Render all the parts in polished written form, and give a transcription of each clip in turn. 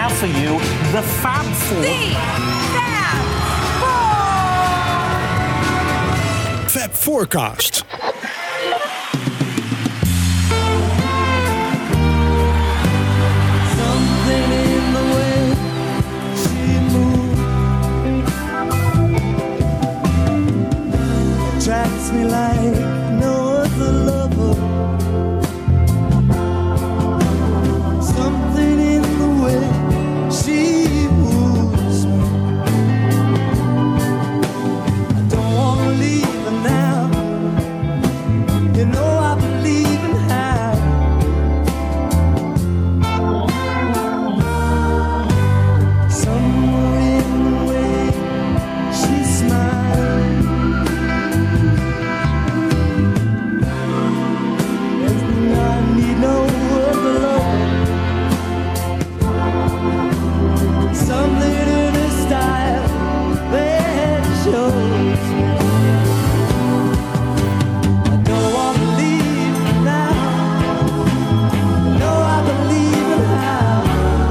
have for you the Fab Four. The Fab Four! Fab Forecast. Something in the way she moves attracts me like no other lover. Something in the way she moves me. I don't wanna leave her now. You know I believe in her. Somewhere in the way she smiles, and I need no other love. Something in her style that shows me I don't want to leave now. No, I believe in her.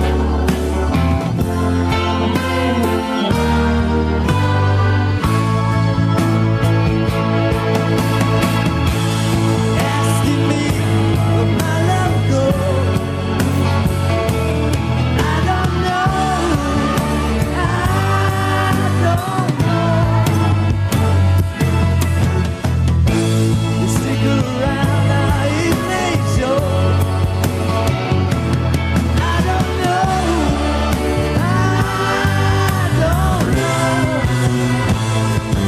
Asking me where my love goes, I don't know. I don't know. You stick around, now it may show. I don't know. I don't know.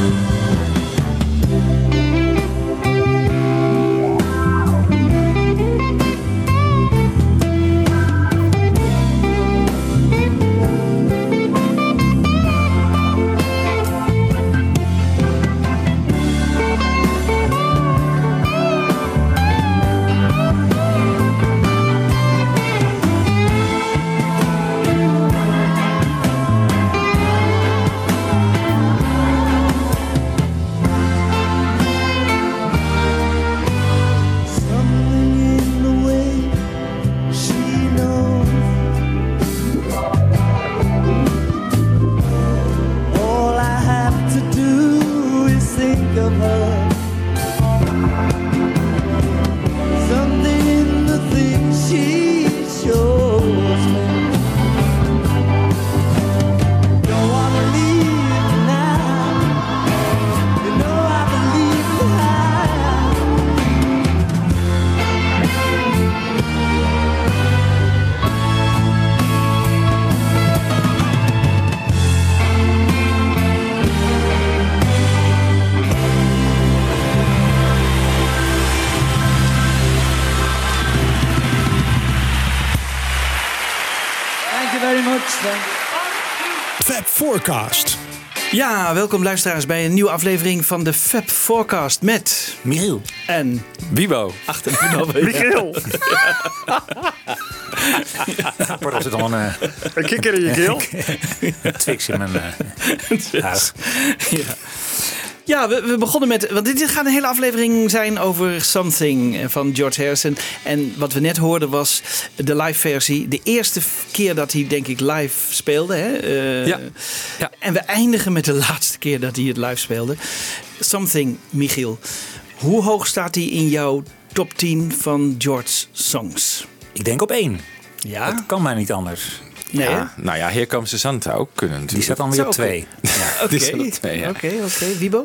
Something in the way she knows. All I have to do is think of her. Something in the things she shows me. Don't wanna leave now. You know I believe in her. Thank you very much. Fab Forecast. Ja, welkom luisteraars bij een nieuwe aflevering van de Fab Forecast met Michiel. en Wibo. achter Michiel. Wordt altijd al een kikker in je keel. Twix in mijn huis. Ja, we begonnen met... Want dit gaat een hele aflevering zijn over Something van George Harrison. En wat we net hoorden was de live versie. De eerste keer dat hij, denk ik, live speelde. Hè? Ja. En we eindigen met de laatste keer dat hij het live speelde. Something, Michiel. Hoe hoog staat hij in jouw top 10 van George songs? Ik denk op 1. Ja? Dat kan mij niet anders. Nee, hè? Ja, nou ja, Here Comes the Sun zou ook kunnen Die natuurlijk. staat dan weer op 2. Die staat op 2, ja. Oké. Wibo?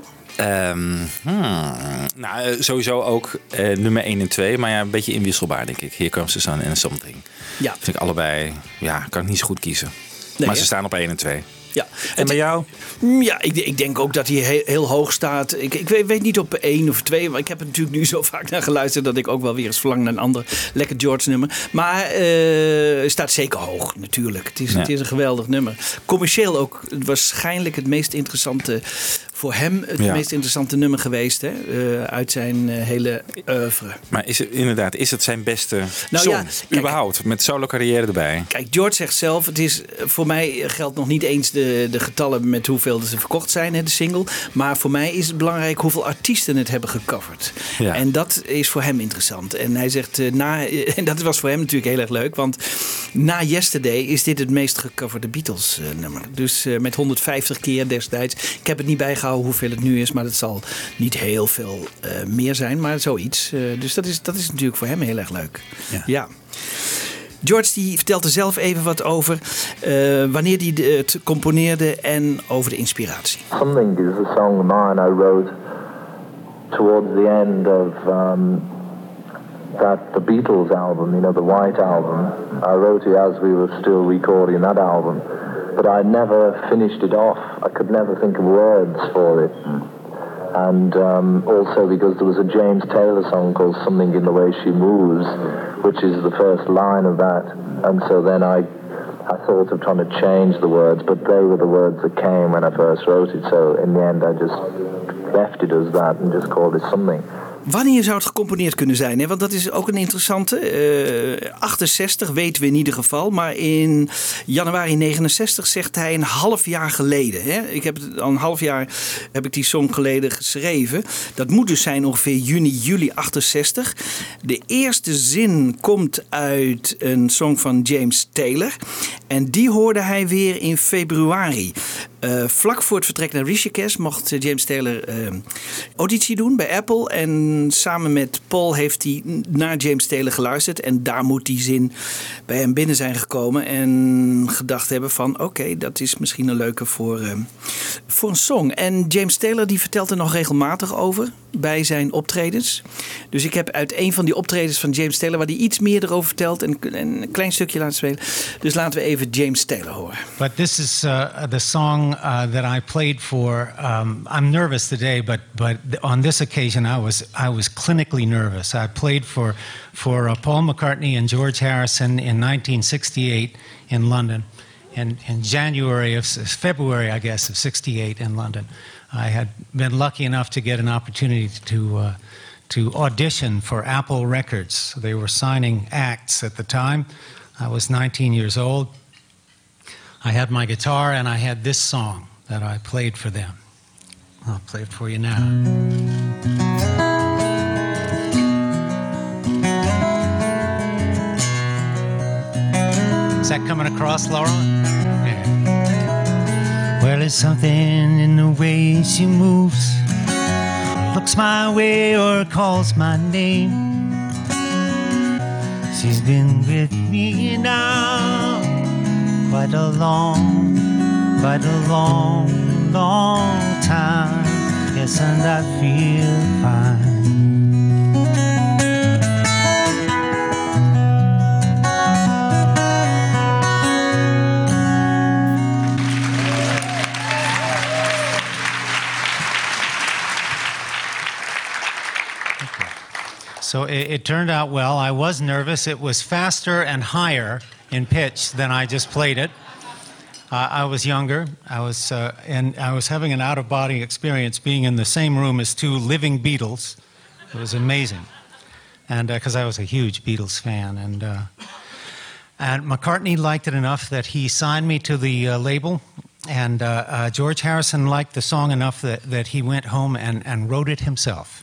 Nou, sowieso ook nummer 1 en 2. Maar ja, een beetje inwisselbaar, denk ik. Here Comes the Sun en Something. Ja. Vind ik allebei, ja, kan ik niet zo goed kiezen. Nee, maar hè? ze staan op 1 en 2. Ja. En bij jou? Ja, ik denk ook dat hij heel hoog staat. Ik weet niet op 1 of 2, maar ik heb er natuurlijk nu zo vaak naar geluisterd dat ik ook wel weer eens verlang naar een ander lekker George nummer. Maar staat zeker hoog, natuurlijk. Het is een geweldig nummer. Commercieel ook waarschijnlijk het meest interessante voor hem, het meest interessante nummer geweest, hè? Uit zijn hele oeuvre. Maar is het zijn beste song? Ja, kijk, überhaupt, met solo carrière erbij? Kijk, George zegt zelf, het is voor mij geldt nog niet eens de getallen met hoeveel ze verkocht zijn, de single. Maar voor mij is het belangrijk hoeveel artiesten het hebben gecoverd. Ja. En dat is voor hem interessant. En hij zegt, en dat was voor hem natuurlijk heel erg leuk. Want na Yesterday is dit het meest gecoverde Beatles nummer. Dus met 150 keer destijds. Ik heb het niet bijgehouden hoeveel het nu is. Maar dat zal niet heel veel meer zijn. Maar zoiets. Dus dat is natuurlijk voor hem heel erg leuk. Ja. George die vertelt er zelf even wat over wanneer hij het componeerde en over de inspiratie. Something is a song of mine I wrote towards the end of the Beatles album, the White Album. I wrote it as we were still recording that album, but I never finished it off. I could never think of words for it. And also because there was a James Taylor song called Something in the Way She Moves, which is the first line of that. And so then I thought of trying to change the words, but they were the words that came when I first wrote it. So in the end I just left it as that and just called it Something. Wanneer zou het gecomponeerd kunnen zijn? Hè? Want dat is ook een interessante. 68 weten we in ieder geval. Maar in januari 69 zegt hij een half jaar geleden. Hè? Ik heb het al een half jaar heb ik die song geleden geschreven. Dat moet dus zijn ongeveer juli 68. De eerste zin komt uit een song van James Taylor. En die hoorde hij weer in februari. Vlak voor het vertrek naar Rishikesh mocht James Taylor auditie doen bij Apple. En samen met Paul heeft hij naar James Taylor geluisterd. En daar moet die zin bij hem binnen zijn gekomen. En gedacht hebben van oké, dat is misschien een leuke voor een song. En James Taylor die vertelt er nog regelmatig over bij zijn optredens. Dus ik heb uit een van die optredens van James Taylor waar hij iets meer erover vertelt en een klein stukje laten spelen. Dus laten we even James Taylor horen. But this is the song that I played for. I'm nervous today, but on this occasion I was clinically nervous. I played for Paul McCartney and George Harrison in 1968 in London, in February, I guess, of '68 in London. I had been lucky enough to get an opportunity to audition for Apple Records. They were signing acts at the time. I was 19 years old. I had my guitar and I had this song that I played for them. I'll play it for you now. Is that coming across, Laura? Yeah. Well, it's something in the way she moves, looks my way or calls my name. She's been with me now quite a long, long time. Yes, and I feel fine. So it turned out well. I was nervous. It was faster and higher in pitch than I just played it. I was younger. I was having an out-of-body experience being in the same room as two living Beatles. It was amazing, and because I was a huge Beatles fan, and McCartney liked it enough that he signed me to the label, and George Harrison liked the song enough that he went home and wrote it himself.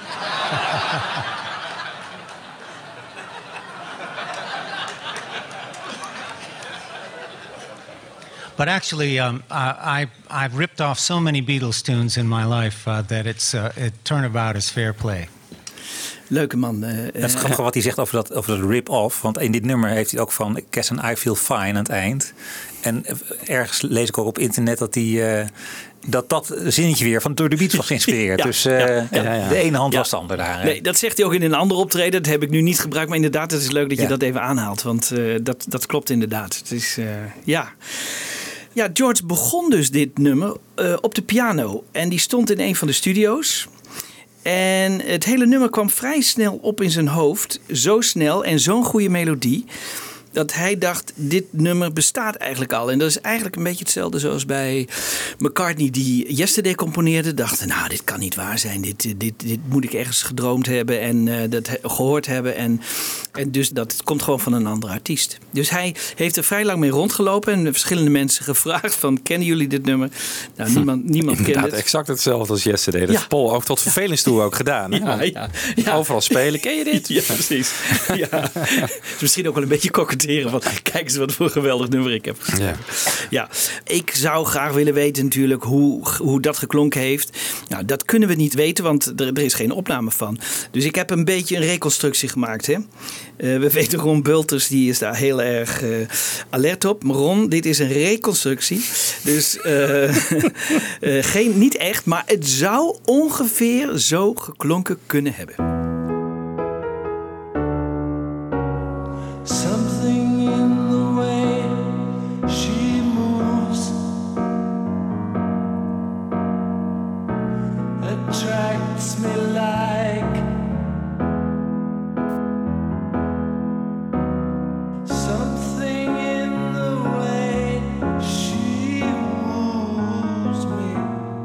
But actually, I've ripped off so many Beatles tunes in my life that it turnabout is fair play. Leuke man. Het is grappig wat hij zegt over dat rip-off. Want in dit nummer heeft hij ook van Cass and I Feel Fine aan het eind. En ergens lees ik ook op internet dat hij... dat zinnetje weer door de Beatles was geïnspireerd. Dus de ene hand was de andere daar. Nee, dat zegt hij ook in een andere optreden. Dat heb ik nu niet gebruikt. Maar inderdaad, het is leuk dat je dat even aanhaalt. Want dat klopt inderdaad. Het is, Ja, George begon dus dit nummer op de piano. En die stond in een van de studio's. En het hele nummer kwam vrij snel op in zijn hoofd. Zo snel en zo'n goede melodie. dat hij dacht, dit nummer bestaat eigenlijk al. En dat is eigenlijk een beetje hetzelfde zoals bij McCartney die Yesterday componeerde. Dacht, nou, dit kan niet waar zijn. Dit moet ik ergens gedroomd hebben en dat gehoord hebben. En dus dat komt gewoon van een andere artiest. Dus hij heeft er vrij lang mee rondgelopen en verschillende mensen gevraagd van, kennen jullie dit nummer? Nou, niemand kent het. Exact hetzelfde als Yesterday. Dat heeft Paul ook tot vervelens toe ook gedaan. Hè? Ja. Overal spelen. Ken je dit? Ja, precies. Ja. Dus misschien ook wel een beetje koketteren van, kijk eens wat voor een geweldig nummer ik heb geschreven. Ja, ik zou graag willen weten natuurlijk hoe dat geklonken heeft. Nou, dat kunnen we niet weten, want er is geen opname van. Dus ik heb een beetje een reconstructie gemaakt. Hè? We weten Ron Bulters, die is daar heel erg alert op. Maar Ron, dit is een reconstructie. Dus niet echt, maar het zou ongeveer zo geklonken kunnen hebben. Something in the way she moves attracts me like something in the way she moves me.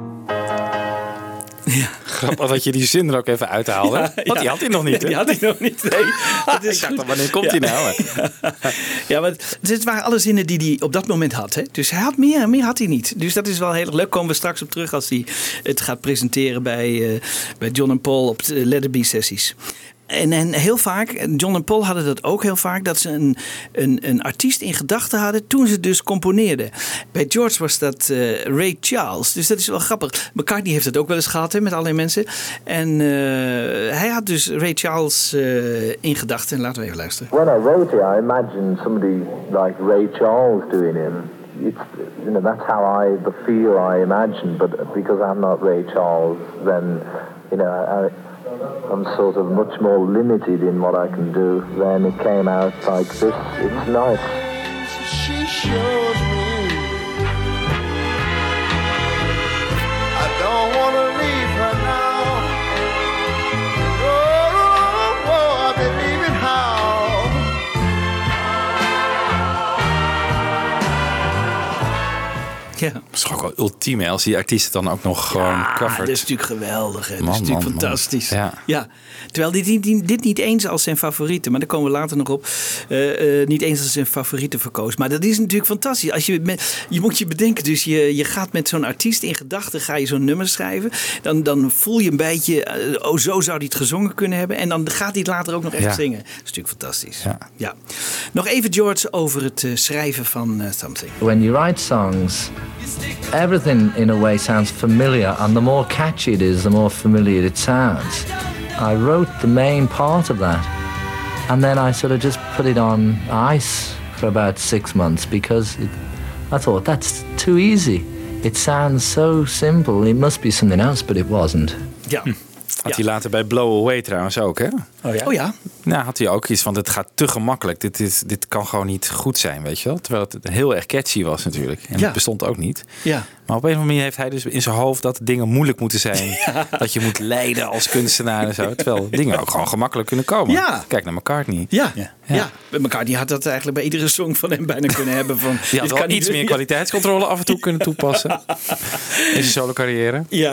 Ja. Grappig dat je die zin er ook even uithaalde. Want die had hij nog niet. Hè? Die had hij nog niet. Nee. Dat is ik dacht, wanneer komt hij nou? Ja, maar dit waren alle zinnen die hij op dat moment had. Hè? Dus hij had meer had hij niet. Dus dat is wel heel erg leuk. Komen we straks op terug als hij het gaat presenteren bij John en Paul op de Let It Be sessies. En heel vaak, John en Paul hadden dat ook heel vaak, dat ze een artiest in gedachten hadden toen ze dus componeerden. Bij George was dat Ray Charles, dus dat is wel grappig. McCartney heeft het ook wel eens gehad met allerlei mensen. En hij had dus Ray Charles in gedachten. Laten we even luisteren. When I wrote it, I imagined somebody like Ray Charles doing him. That's how the feel I imagined, but because I'm not Ray Charles, then, I'm sort of much more limited in what I can do. Then it came out like this. It's nice. She shows me I don't want to leave her now. Oh, I've been leaving how. Ja. Dat is ook wel ultiem, hè, als die artiest het dan ook nog gewoon covert. Dat is natuurlijk geweldig. Hè? Dat is natuurlijk fantastisch. Ja. Ja. Terwijl dit niet eens als zijn favoriete, maar daar komen we later nog op, niet eens als zijn favoriete verkoos. Maar dat is natuurlijk fantastisch. Als je moet je bedenken, dus je gaat met zo'n artiest in gedachten, ga je zo'n nummer schrijven. Dan voel je een beetje, zo zou hij het gezongen kunnen hebben. En dan gaat hij het later ook nog even zingen. Dat is natuurlijk fantastisch. Ja. Nog even George over het schrijven van Something. When you write songs, everything in a way sounds familiar, and the more catchy it is, the more familiar it sounds. I wrote the main part of that, and then I sort of just put it on ice for about 6 months because I thought that's too easy. It sounds so simple. It must be something else, but it wasn't. Ja. Had hij later bij Blow Away trouwens ook, hè? Oh ja? Nou, had hij ook iets van, het gaat te gemakkelijk. Dit kan gewoon niet goed zijn, weet je wel? Terwijl het heel erg catchy was natuurlijk. En het bestond ook niet. Ja. Maar op een of andere manier heeft hij dus in zijn hoofd dat dingen moeilijk moeten zijn. Ja. Dat je moet lijden als kunstenaar en zo. Terwijl dingen ook gewoon gemakkelijk kunnen komen. Ja. Kijk naar McCartney. Ja. McCartney had dat eigenlijk bij iedere song van hem bijna kunnen hebben. Die had wel iets meer kwaliteitscontrole af en toe kunnen toepassen. In zijn solo carrière. Ja.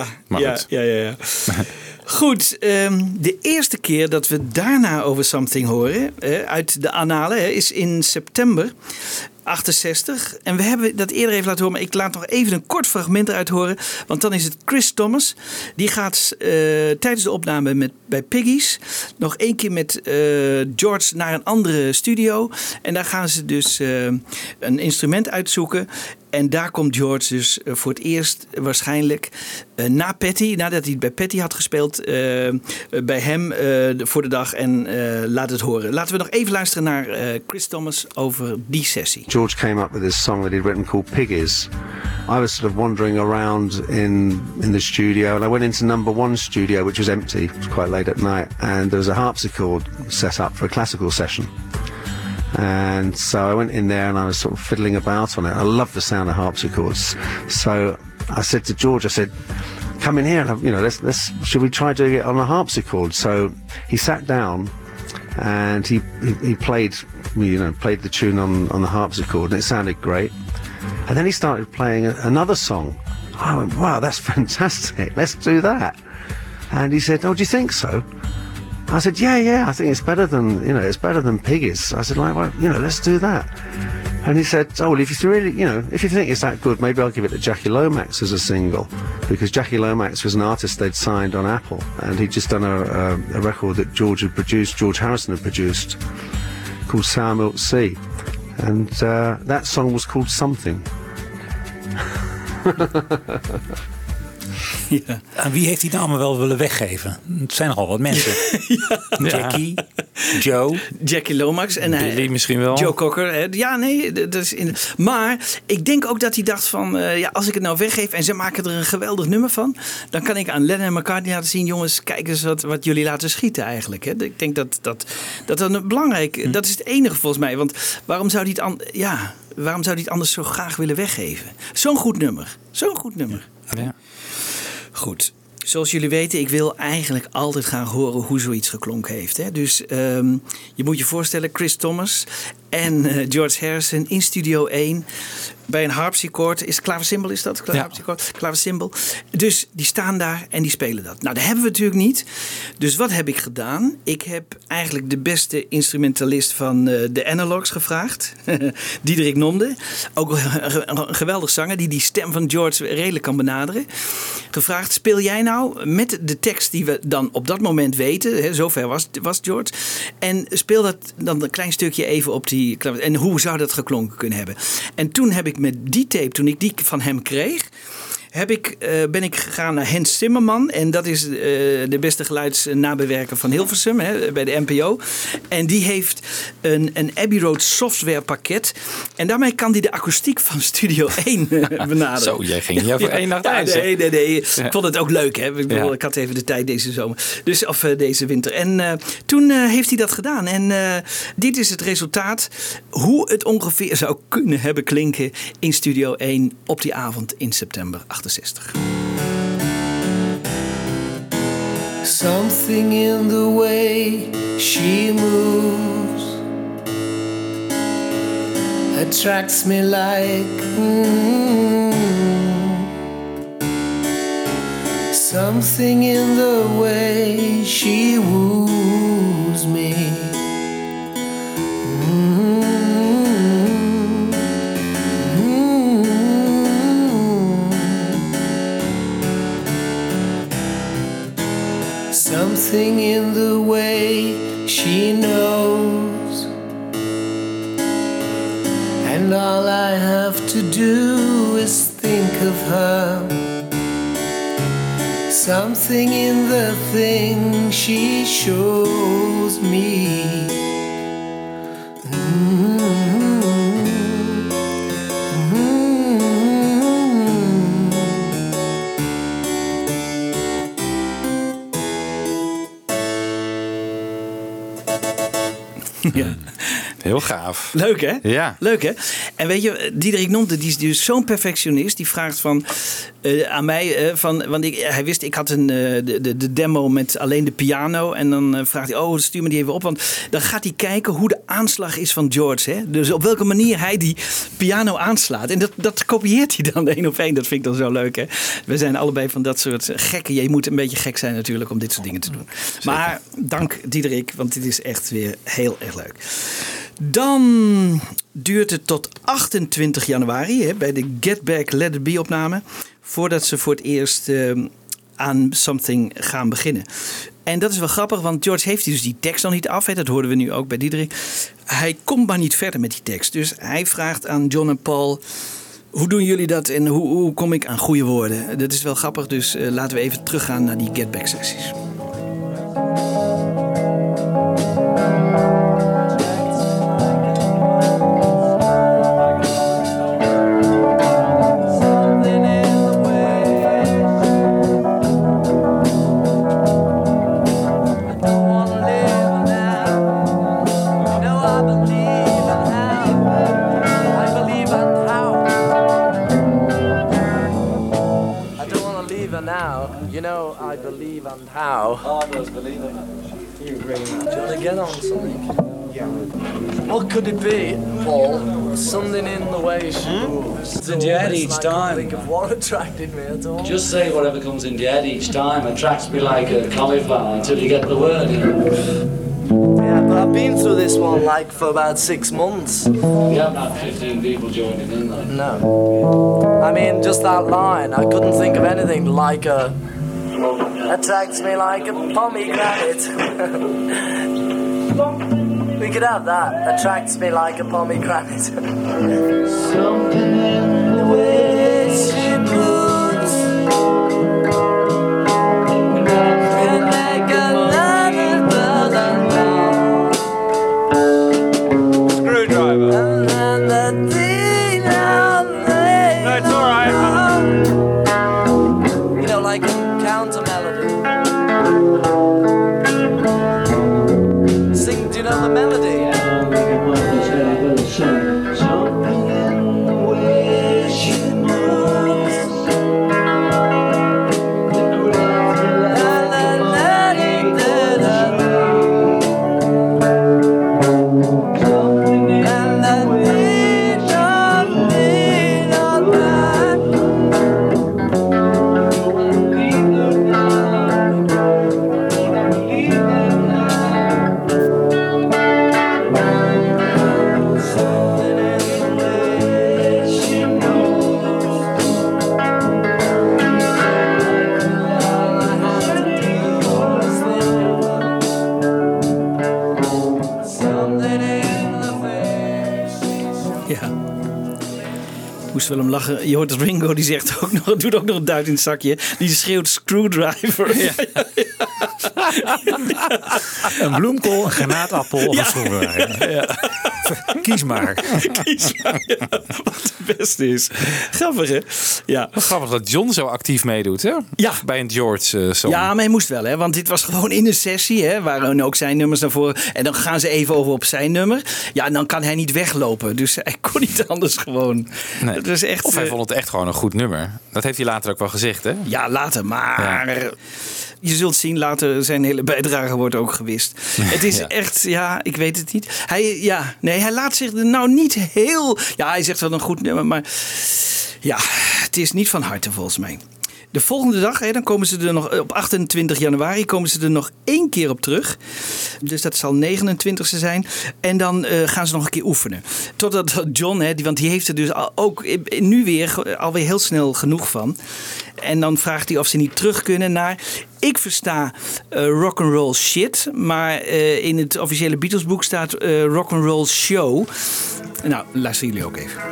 Goed, de eerste keer dat we daarna over Something horen, uit de annalen, is in september 68. En we hebben dat eerder even laten horen, maar ik laat nog even een kort fragment eruit horen. Want dan is het Chris Thomas. Die gaat tijdens de opname bij Piggies nog 1 keer met George naar een andere studio. En daar gaan ze dus een instrument uitzoeken. En daar komt George dus voor het eerst waarschijnlijk na Patty, nadat hij het bij Patty had gespeeld, bij hem voor de dag en laat het horen. Laten we nog even luisteren naar Chris Thomas over die sessie. George came up with this song that he'd written called Piggies. I was sort of wandering around in the studio, and I went into number 1 studio, which was empty. It was quite late at night, and there was a harpsichord set up for a classical session. And so I went in there and I was sort of fiddling about on it. I love the sound of harpsichords. So I said to George, I said, come in here and let's should we try doing it on a harpsichord? So he sat down and he played we played the tune on the harpsichord, and it sounded great. And then he started playing another song. I went, wow, that's fantastic. Let's do that. And he said, oh, do you think so? I said, yeah, I think it's better than, it's better than Piggies. I said, well, let's do that. And he said, oh, well, if you think it's that good, maybe I'll give it to Jackie Lomax as a single, because Jackie Lomax was an artist they'd signed on Apple, and he'd just done a record that George Harrison had produced, called Sour Milk Sea. And that song was called Something. Ja. En wie heeft die namen wel willen weggeven? Het zijn nogal wat mensen. Jackie, Joe. Jackie Lomax. En Billy misschien wel. Joe Cocker. Hè. Ja, nee. Dat is maar ik denk ook dat hij dacht van... als ik het nou weggeef en ze maken er een geweldig nummer van... dan kan ik aan Lennon en McCartney laten zien... jongens, kijk eens wat jullie laten schieten eigenlijk. Hè. Ik denk dat een belangrijk... Dat is het enige volgens mij. Want waarom zou hij het anders zo graag willen weggeven? Zo'n goed nummer. Ja. Goed. Zoals jullie weten, ik wil eigenlijk altijd graag horen hoe zoiets geklonken heeft. Hè? Dus je moet je voorstellen, Chris Thomas en George Harrison in Studio 1... bij een harpsichord. Is het klaversymbol, is dat? Klaversymbol. Dus die staan daar en die spelen dat. Nou, dat hebben we natuurlijk niet. Dus wat heb ik gedaan? Ik heb eigenlijk de beste instrumentalist van de Analogs gevraagd. Diederik Nonde. Ook een geweldig zanger die stem van George redelijk kan benaderen. Gevraagd, speel jij nou met de tekst die we dan op dat moment weten. Hè, zover was George. En speel dat dan een klein stukje even op die klaver. En hoe zou dat geklonken kunnen hebben? En toen heb ik met die tape, toen ik die van hem kreeg... ben ik gegaan naar Hans Zimmerman. En dat is de beste geluidsnabewerker van Hilversum, bij de NPO. En die heeft een Abbey Road software pakket. En daarmee kan hij de akoestiek van Studio 1 benaderen. Zo, jij ging hier voor 1 nacht uit. Nee. Ik vond het ook leuk. Hè? Ik had even de tijd deze zomer. Of deze winter. En toen heeft hij dat gedaan. En dit is het resultaat. Hoe het ongeveer zou kunnen hebben klinken in Studio 1 op die avond in september 68. Something in the way she moves attracts me like something in the way she woos me. Something in the way she knows, and all I have to do is think of her. Something in the thing she shows me. Ja. Heel gaaf. Leuk, hè? Ja. Leuk, hè? En weet je, Diederik Nonte, die is dus zo'n perfectionist. Die vraagt aan mij, want hij wist, ik had de demo met alleen de piano. En dan vraagt hij, stuur me die even op. Want dan gaat hij kijken hoe de aanslag is van George. Hè? Dus op welke manier hij die piano aanslaat. En dat kopieert hij dan 1 op 1. Dat vind ik dan zo leuk, hè? We zijn allebei van dat soort gekken. Je moet een beetje gek zijn natuurlijk om dit soort dingen te doen. Zeker. Maar dank Diederik, want dit is echt weer heel erg leuk. Dan duurt het tot 28 januari bij de Get Back Let It Be opname. Voordat ze voor het eerst aan Something gaan beginnen. En dat is wel grappig, want George heeft dus die tekst nog niet af. Hè, dat hoorden we nu ook bij Diederik. Hij komt maar niet verder met die tekst. Dus hij vraagt aan John en Paul... Hoe doen jullie dat en hoe kom ik aan goede woorden? Dat is wel grappig, dus laten we even teruggaan naar die Get Back sessies. You know, I believe and how. Oh, I believe it. Do you want to get on something? What could it be, Paul? Something in the way she moves. It's in your head each time. Think of what attracted me at all. Just say whatever comes in your head each time attracts me like a cauliflower until you get the word, you know. Yeah, but I've been through this one like for about 6 months. You haven't had 15 people joining in though. No. I mean, just that line. I couldn't think of anything like a... Attracts me like a pomegranate. We could have that. Attracts me like a pomegranate. Something in the way she moves. Can make a Screwdriver. No, it's alright. You know, like a counter melody. Sing, do you know the melody? Something in the way she moves. Moest wel hem lachen. Je hoort dat Ringo die zegt ook nog, doet ook nog een duit in het zakje. Die schreeuwt screwdriver. Ja. Een bloemkool, een granaatappel of een schroevendraaier. Ja. Kies maar. Kies maar, ja. Wat het beste is. Grappig, hè? Ja. Wat grappig dat John zo actief meedoet, hè? Ja. Bij een George song. Ja, maar hij moest wel, hè? Want dit was gewoon in een sessie, hè? Waren ook zijn nummers naar voren. En dan gaan ze even over op zijn nummer. Ja, en dan kan hij niet weglopen. Dus hij kon niet anders gewoon. Nee. Dat is echt, of hij vond het echt gewoon een goed nummer. Dat heeft hij later ook wel gezegd, hè? Ja, later. Maar je zult zien, later zijn hele bijdrage wordt ook gewist. Het is echt, ja, ik weet het niet. Hij laat zich er nou niet heel... Ja, hij zegt wel een goed nummer, maar ja, het is niet van harte volgens mij. De volgende dag, dan komen ze er nog op 28 januari komen ze er nog 1 keer op terug. Dus dat zal 29e zijn. En dan gaan ze nog een keer oefenen. Totdat John, want die heeft er dus ook nu weer alweer heel snel genoeg van. En dan vraagt hij of ze niet terug kunnen naar... Ik versta rock'n'roll shit, maar in het officiële Beatlesboek staat rock'n'roll show. Nou, luisteren jullie ook even.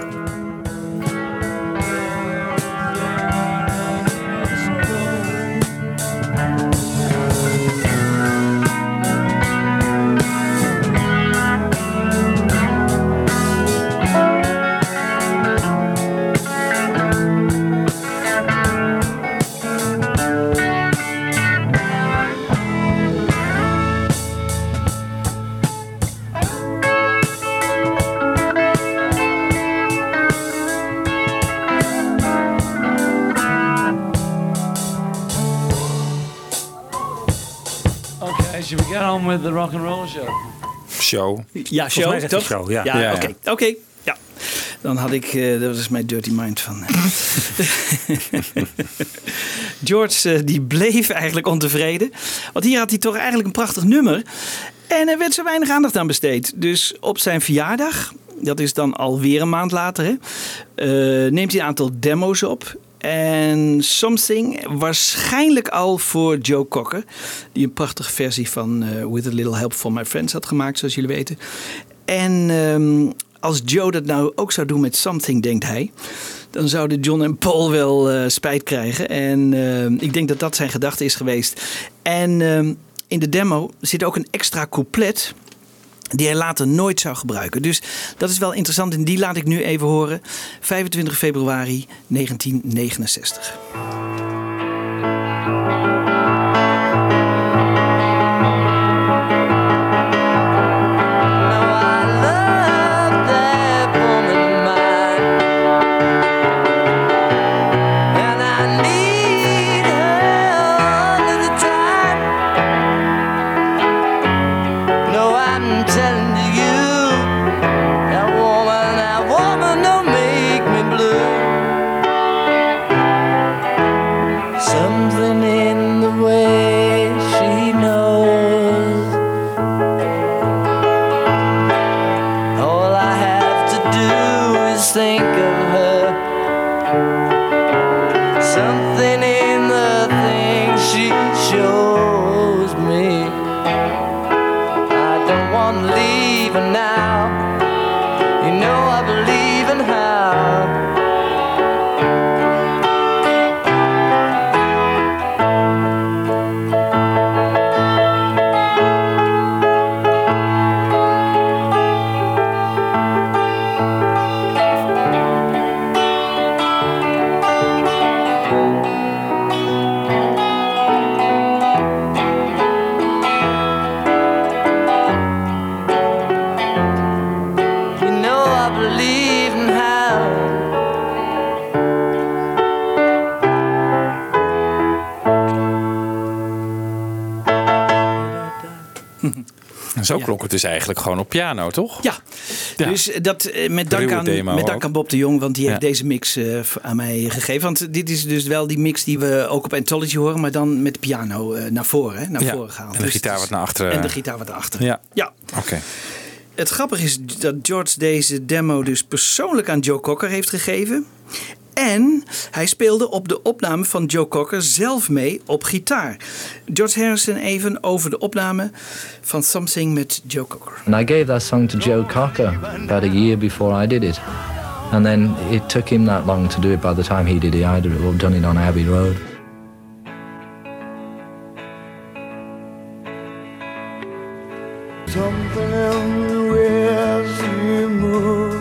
Should we get on with the rock and roll show? Show. Ja, show, toch? Show, ja. Ja. Oké. Ja. Dan had ik, dat was mijn dirty mind van. George, die bleef eigenlijk ontevreden. Want hier had hij toch eigenlijk een prachtig nummer. En er werd zo weinig aandacht aan besteed. Dus op zijn verjaardag, dat is dan alweer een maand later, neemt hij een aantal demo's op. En Something waarschijnlijk al voor Joe Cocker. Die een prachtige versie van With a Little Help from My Friends had gemaakt, zoals jullie weten. En als Joe dat nou ook zou doen met Something, denkt hij... dan zouden John en Paul wel spijt krijgen. En ik denk dat dat zijn gedachte is geweest. En in de demo zit ook een extra couplet... die hij later nooit zou gebruiken. Dus dat is wel interessant en die laat ik nu even horen. 25 februari 1969. Telling you Something in the way she knows. All I have to do is think of her. Something in the things she shows me. I don't want to leave her now. You know I believe in her. Zo klonk het dus eigenlijk gewoon op piano, toch? Ja. Dus dat met dank aan Bob de Jong, want die heeft deze mix aan mij gegeven. Want dit is dus wel die mix die we ook op Anthology horen, maar dan met de piano naar voren gehaald. En de gitaar wat naar achteren. En de gitaar wat naar achteren. Ja. Oké. Het grappige is dat George deze demo dus persoonlijk aan Joe Cocker heeft gegeven. En hij speelde op de opname van Joe Cocker zelf mee op gitaar. George Harrison even over de opname van Something met Joe Cocker. And I gave that song to Joe Cocker about a year before I did it. And then it took him that long to do it. By the time he did it, I'd have done it on Abbey Road. Something in the way she moves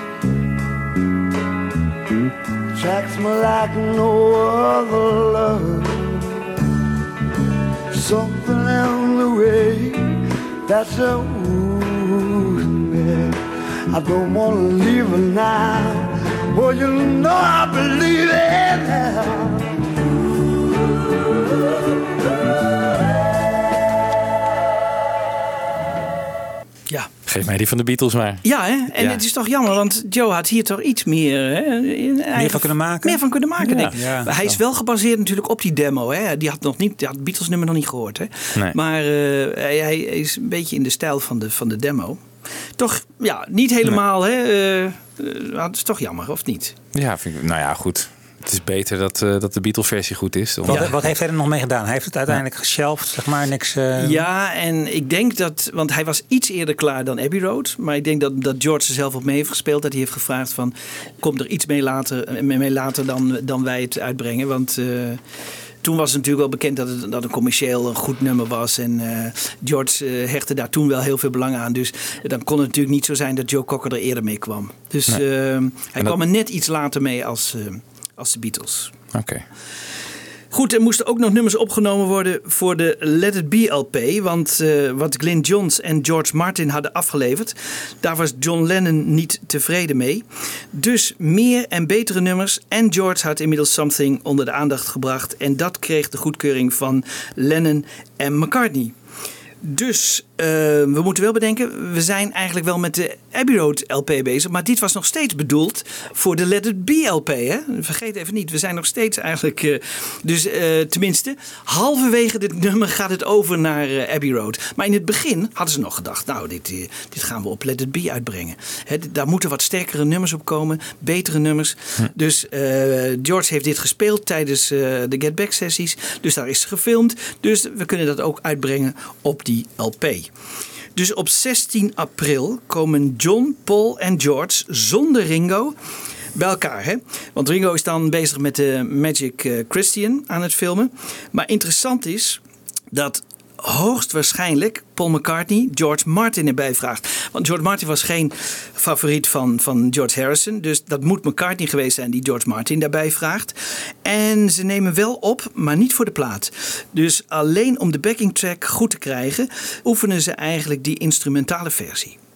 attracts me like no other love. Something in the way that she moves me. I don't want to leave her now. Well, you know I believe in her. Ja. Geef mij die van de Beatles maar. Ja, hè? En het is toch jammer, want Joe had hier toch iets meer... Meer van kunnen maken? Meer van kunnen maken, denk ik. Ja, hij is wel gebaseerd natuurlijk op die demo. Hè? Die had het Beatles nummer nog niet gehoord. Hè? Nee. Maar hij is een beetje in de stijl van de demo. Toch, ja, niet helemaal. Nee. Hè? Het is toch jammer, of niet? Ja, nou ja, goed. Het is beter dat de Beatles-versie goed is. Wat heeft hij er nog mee gedaan? Hij heeft het uiteindelijk geshelft, zeg maar, niks... Ja, en ik denk dat... Want hij was iets eerder klaar dan Abbey Road. Maar ik denk dat George er zelf op mee heeft gespeeld. Dat hij heeft gevraagd van... Komt er iets mee later dan wij het uitbrengen? Want... Toen was het natuurlijk wel bekend dat het commercieel een goed nummer was. En George hechtte daar toen wel heel veel belang aan. Dus dan kon het natuurlijk niet zo zijn dat Joe Cocker er eerder mee kwam. Dus hij kwam er net iets later mee als de Beatles. Oké. Goed, er moesten ook nog nummers opgenomen worden voor de Let It Be LP. Want wat Glyn Johns en George Martin hadden afgeleverd... daar was John Lennon niet tevreden mee. Dus meer en betere nummers. En George had inmiddels Something onder de aandacht gebracht. En dat kreeg de goedkeuring van Lennon en McCartney. Dus we moeten wel bedenken, we zijn eigenlijk wel met de Abbey Road LP bezig. Maar dit was nog steeds bedoeld voor de Let It Be LP. Hè? Vergeet even niet, we zijn nog steeds eigenlijk... tenminste, halverwege dit nummer gaat het over naar Abbey Road. Maar in het begin hadden ze nog gedacht, nou, dit gaan we op Let It Be uitbrengen. Daar moeten wat sterkere nummers op komen, betere nummers. Dus George heeft dit gespeeld tijdens de Get Back sessies. Dus daar is gefilmd. Dus we kunnen dat ook uitbrengen op die LP. Dus op 16 april komen John, Paul en George zonder Ringo bij elkaar. Hè? Want Ringo is dan bezig met de Magic Christian aan het filmen. Maar interessant is dat hoogstwaarschijnlijk Paul McCartney George Martin erbij vraagt. Want George Martin was geen favoriet van George Harrison. Dus dat moet McCartney geweest zijn die George Martin daarbij vraagt. En ze nemen wel op, maar niet voor de plaat. Dus alleen om de backing track goed te krijgen, oefenen ze eigenlijk die instrumentale versie.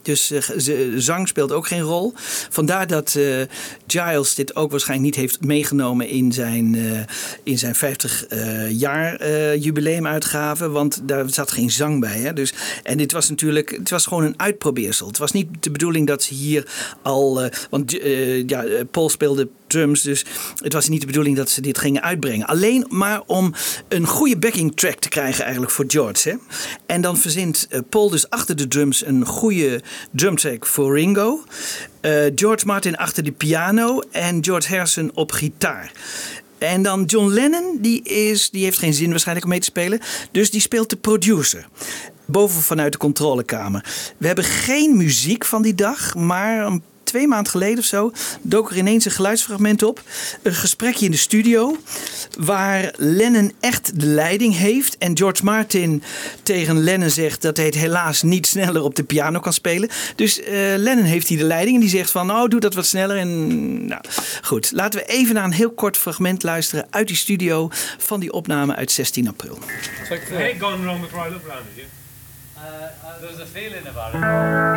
Dus zang speelt ook geen rol. Vandaar dat Giles dit ook waarschijnlijk niet heeft meegenomen in zijn 50 jaar jubileumuitgave. Want daar zat geen zang bij. Hè? Dus, en het was gewoon een uitprobeersel. Het was niet de bedoeling dat ze hier al... want Paul speelde drums, dus het was niet de bedoeling dat ze dit gingen uitbrengen. Alleen maar om een goede backing track te krijgen eigenlijk voor George. Hè? En dan verzint Paul dus achter de drums een goede drumtrack voor Ringo. George Martin achter de piano en George Harrison op gitaar. En dan John Lennon, die heeft geen zin waarschijnlijk om mee te spelen. Dus die speelt de producer. Boven vanuit de controlekamer. We hebben geen muziek van die dag, maar 2 maanden geleden of zo dook er ineens een geluidsfragment op. Een gesprekje in de studio waar Lennon echt de leiding heeft. En George Martin tegen Lennon zegt dat hij het helaas niet sneller op de piano kan spelen. Dus Lennon heeft hier de leiding en die zegt van doe dat wat sneller. En nou, goed, laten we even naar een heel kort fragment luisteren uit die studio van die opname uit 16 april. Hey, gone wrong before I look around at you. There's a feeling about it.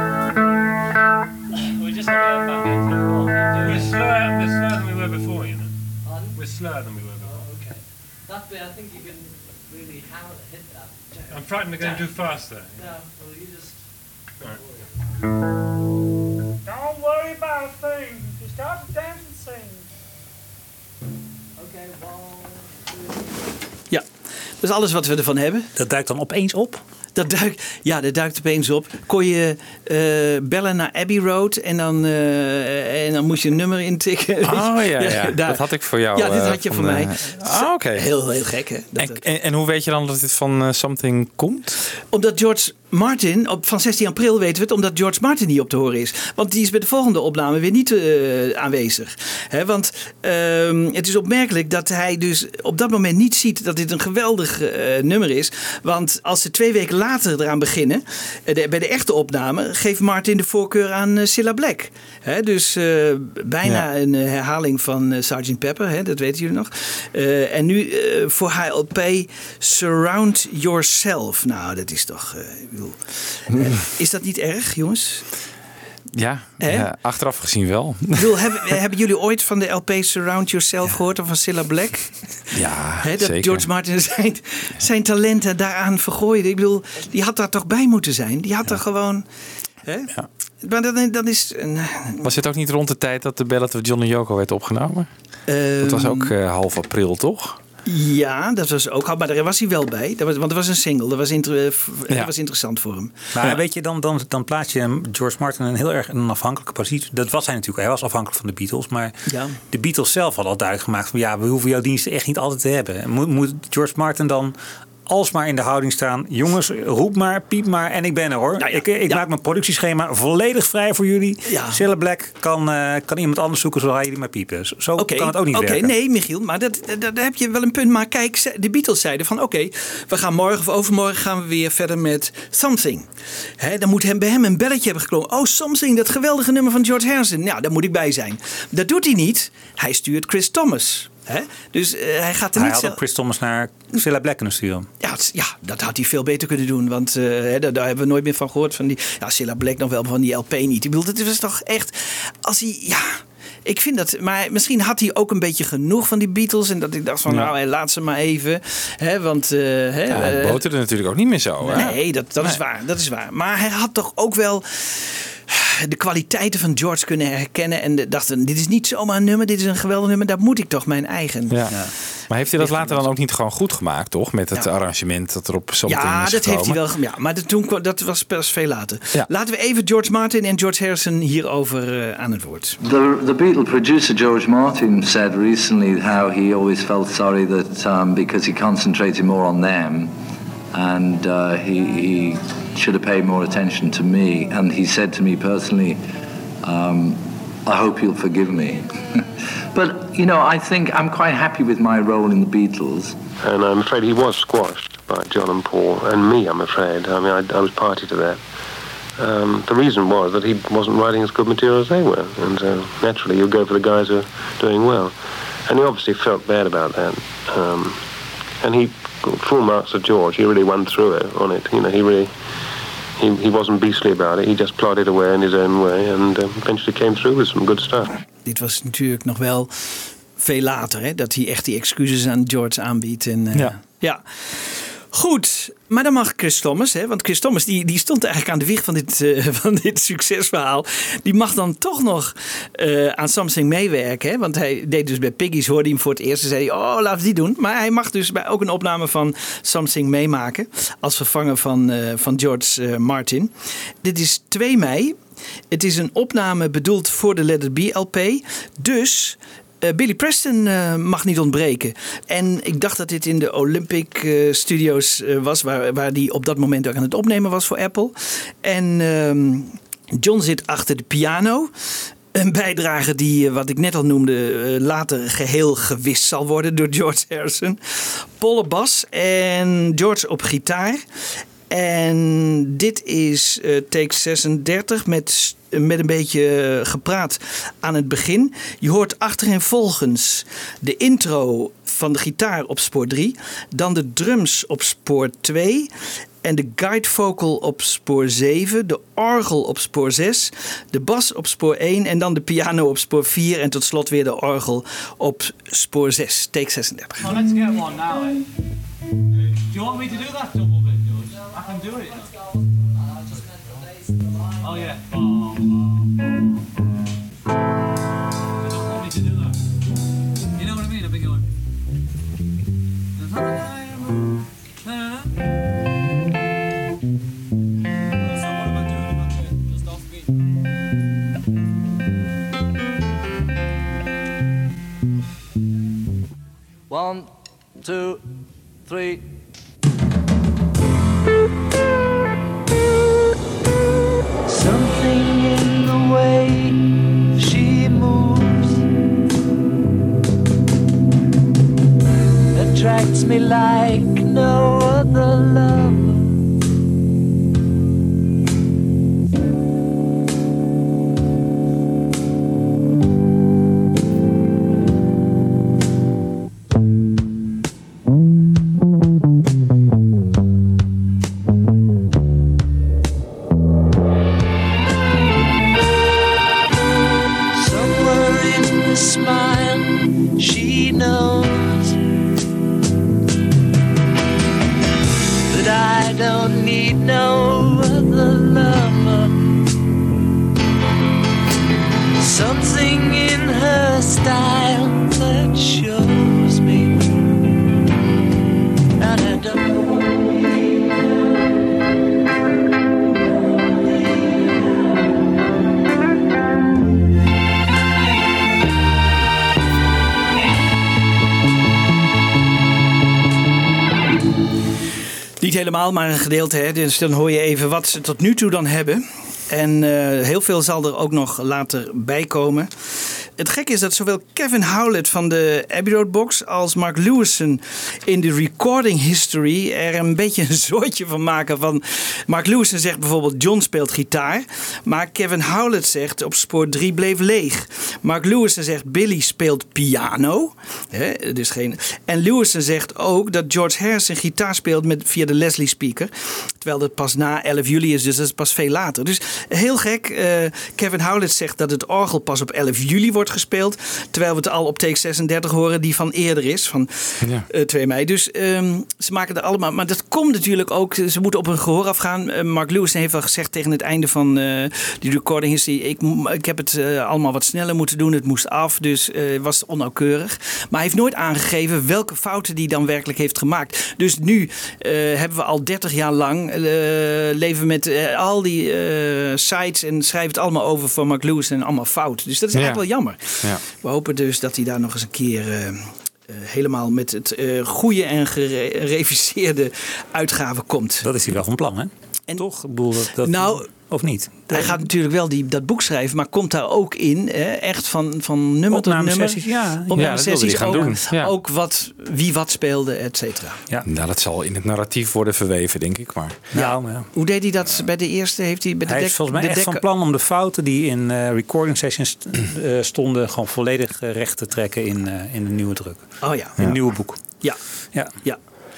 We just have to get back into the ball. We're slower than we were before, you know. Pardon? We're slower than we were before. Oh, okay. That bit, I think you can really hit that. I'm frightened they're going to do faster. No, well, you just... Right. Don't worry about a thing. Just start to dance and sing. Okay, 1, 2... Ja, dat is alles wat we ervan hebben. Dat duikt dan opeens op? Dat duikt opeens op. Kon je bellen naar Abbey Road en dan moest je een nummer intikken. Oh ja. Dat had ik voor jou. Ja, dit had je voor mij. Oké. Heel gek, hè? En hoe weet je dan dat dit van Something komt? Omdat George Martin, van 16 april weten we het, omdat George Martin niet op te horen is. Want die is bij de volgende opname weer niet aanwezig. Want het is opmerkelijk dat hij dus op dat moment niet ziet dat dit een geweldig nummer is. Want als ze 2 weken later eraan beginnen, bij de echte opname, geeft Martin de voorkeur aan Cilla Black. Dus bijna een herhaling van Sgt. Pepper, dat weten jullie nog. En nu voor haar LP Surround Yourself. Nou, dat is toch... is dat niet erg, jongens? Ja, achteraf gezien wel. Hebben jullie ooit van de LP Surround Yourself gehoord of van Cilla Black? Ja, dat zeker. George Martin zijn talenten daaraan vergooide. Ik bedoel, die had daar toch bij moeten zijn? Die had er gewoon... Ja. Maar dan is... Was het ook niet rond de tijd dat de Ballad of John and Yoko werd opgenomen? Dat was ook half april, toch? Ja, dat was ook... Maar daar was hij wel bij. Want het was een single. Dat was interessant voor hem. Maar weet je, dan plaats je George Martin in heel erg een afhankelijke positie. Dat was hij natuurlijk. Hij was afhankelijk van de Beatles. Maar de Beatles zelf hadden al duidelijk gemaakt van... we hoeven jouw diensten echt niet altijd te hebben. Moet George Martin dan... alsmaar in de houding staan. Jongens, roep maar, piep maar en ik ben er hoor. Ik maak mijn productieschema volledig vrij voor jullie. Ja. Cilla Black kan iemand anders zoeken, zodat jullie maar piepen. Zo kan het ook niet werken. Nee, Michiel, maar daar heb je wel een punt. Maar kijk, de Beatles zeiden van we gaan morgen of overmorgen gaan we weer verder met Something. Dan moet bij hem een belletje hebben geklonken. Oh, Something, dat geweldige nummer van George Harrison. Nou, daar moet ik bij zijn. Dat doet hij niet. Hij stuurt Chris Thomas. Dus hij gaat er niet... Hij had ook Chris Thomas naar Cilla Black kunnen sturen. Ja, dat had hij veel beter kunnen doen. Want daar hebben we nooit meer van gehoord. Van die, Cilla Black nog wel, van die LP niet. Ik bedoel, dat was toch echt... Als hij... Ja, ik vind dat... Maar misschien had hij ook een beetje genoeg van die Beatles. En dat ik dacht van, laat ze maar even. Want... hij boterde natuurlijk ook niet meer zo. Nee, dat is waar. Dat is waar. Maar hij had toch ook wel... de kwaliteiten van George kunnen herkennen en dachten, dit is niet zomaar een nummer, dit is een geweldig nummer, daar moet ik toch mijn eigen... Ja. Maar heeft hij dat later dan ook niet gewoon goed gemaakt, toch? Met het arrangement dat er op Something is gekomen? Ja, dat heeft hij wel gemaakt. Maar dat was pas veel later. Ja. Laten we even George Martin en George Harrison hierover aan het woord. The Beatle producer George Martin said recently how he always felt sorry that because he concentrated more on them and he should have paid more attention to me, and he said to me personally, I hope you'll forgive me. But, I think I'm quite happy with my role in the Beatles. And I'm afraid he was squashed by John and Paul, and me, I'm afraid. I mean, I was party to that. The reason was that he wasn't writing as good material as they were, and so naturally you go for the guys who are doing well. And he obviously felt bad about that. And he, full marks of George, he really won through it on it. He really he wasn't beastly about it. He just plodded away in his own way and eventually came through with some good stuff. Dit was natuurlijk nog wel veel later, hè, dat hij echt die excuses aan George aanbiedt. En, ja. Goed, maar dan mag Chris Thomas, hè, want Chris Thomas die stond eigenlijk aan de wieg van dit succesverhaal. Die mag dan toch nog aan Something meewerken, hè, want hij deed dus bij Piggies, hoorde hij hem voor het eerst en zei hij, oh, laten we die doen. Maar hij mag dus bij ook een opname van Something meemaken als vervanger van George Martin. Dit is 2 mei. Het is een opname bedoeld voor de Let It Be LP, dus Billy Preston mag niet ontbreken. En ik dacht dat dit in de Olympic Studios was, waar die op dat moment ook aan het opnemen was voor Apple. En John zit achter de piano. Een bijdrage die, wat ik net al noemde, later geheel gewist zal worden door George Harrison. Paul op bas en George op gitaar. En dit is take 36 met een beetje gepraat aan het begin. Je hoort achtereenvolgens de intro van de gitaar op spoor 3. Dan de drums op spoor 2. En de guide vocal op spoor 7. De orgel op spoor 6. De bas op spoor 1. En dan de piano op spoor 4. En tot slot weer de orgel op spoor 6. Take 36. Oh, let's get one now, eh? Do you want me to do that double bit, George? I can do it. Oh, yeah. Oh. You don't want me to do that. You know what I mean? I've been going. So what am I doing about it? Just off beat. 1, 2, 3. Something in the way she moves attracts me like no other lover. Niet helemaal, maar een gedeelte. Hè? Dus dan hoor je even wat ze tot nu toe dan hebben. En heel veel zal er ook nog later bij komen. Het gekke is dat zowel Kevin Howlett van de Abbey Road Box als Mark Lewison in de recording history er een beetje een soortje van maken. Van Mark Lewison zegt bijvoorbeeld John speelt gitaar, maar Kevin Howlett zegt op spoor 3 bleef leeg. Mark Lewison zegt Billy speelt piano. Hè, dus en Lewison zegt ook dat George Harrison gitaar speelt via de Leslie speaker. Terwijl dat pas na 11 juli is, dus dat is pas veel later. Dus heel gek. Kevin Howlett zegt dat het orgel pas op 11 juli wordt gespeeld. Terwijl we het al op take 36 horen die van eerder is. Van 2 mei. Dus ze maken er allemaal. Maar dat komt natuurlijk ook. Ze moeten op hun gehoor afgaan. Mark Lewison heeft al gezegd tegen het einde van die recording history. Ik heb het allemaal wat sneller moeten doen. Het moest af. Dus was onnauwkeurig. Maar hij heeft nooit aangegeven welke fouten hij dan werkelijk heeft gemaakt. Dus nu hebben we al 30 jaar lang leven met al die sites en schrijven het allemaal over van Mark Lewison en allemaal fout. Dus dat is eigenlijk wel jammer. Ja. We hopen dus dat hij daar nog eens een keer helemaal met het goede en gereviseerde uitgave komt. Dat is hij wel van plan, hè? En toch? Ik bedoel, nou, of niet? Hij gaat natuurlijk wel dat boek schrijven, maar komt daar ook in, echt van nummer tot nummer. Opnamesessies gaan doen. Ja. Ook wie wat speelde, et cetera. Ja. Nou, dat zal in het narratief worden verweven, denk ik. Maar. Ja. Hoe deed hij dat bij de eerste? Hij is volgens mij echt van plan om de fouten die in recording sessions stonden gewoon volledig recht te trekken in de nieuwe druk. Oh ja. In het nieuwe boek. Ja.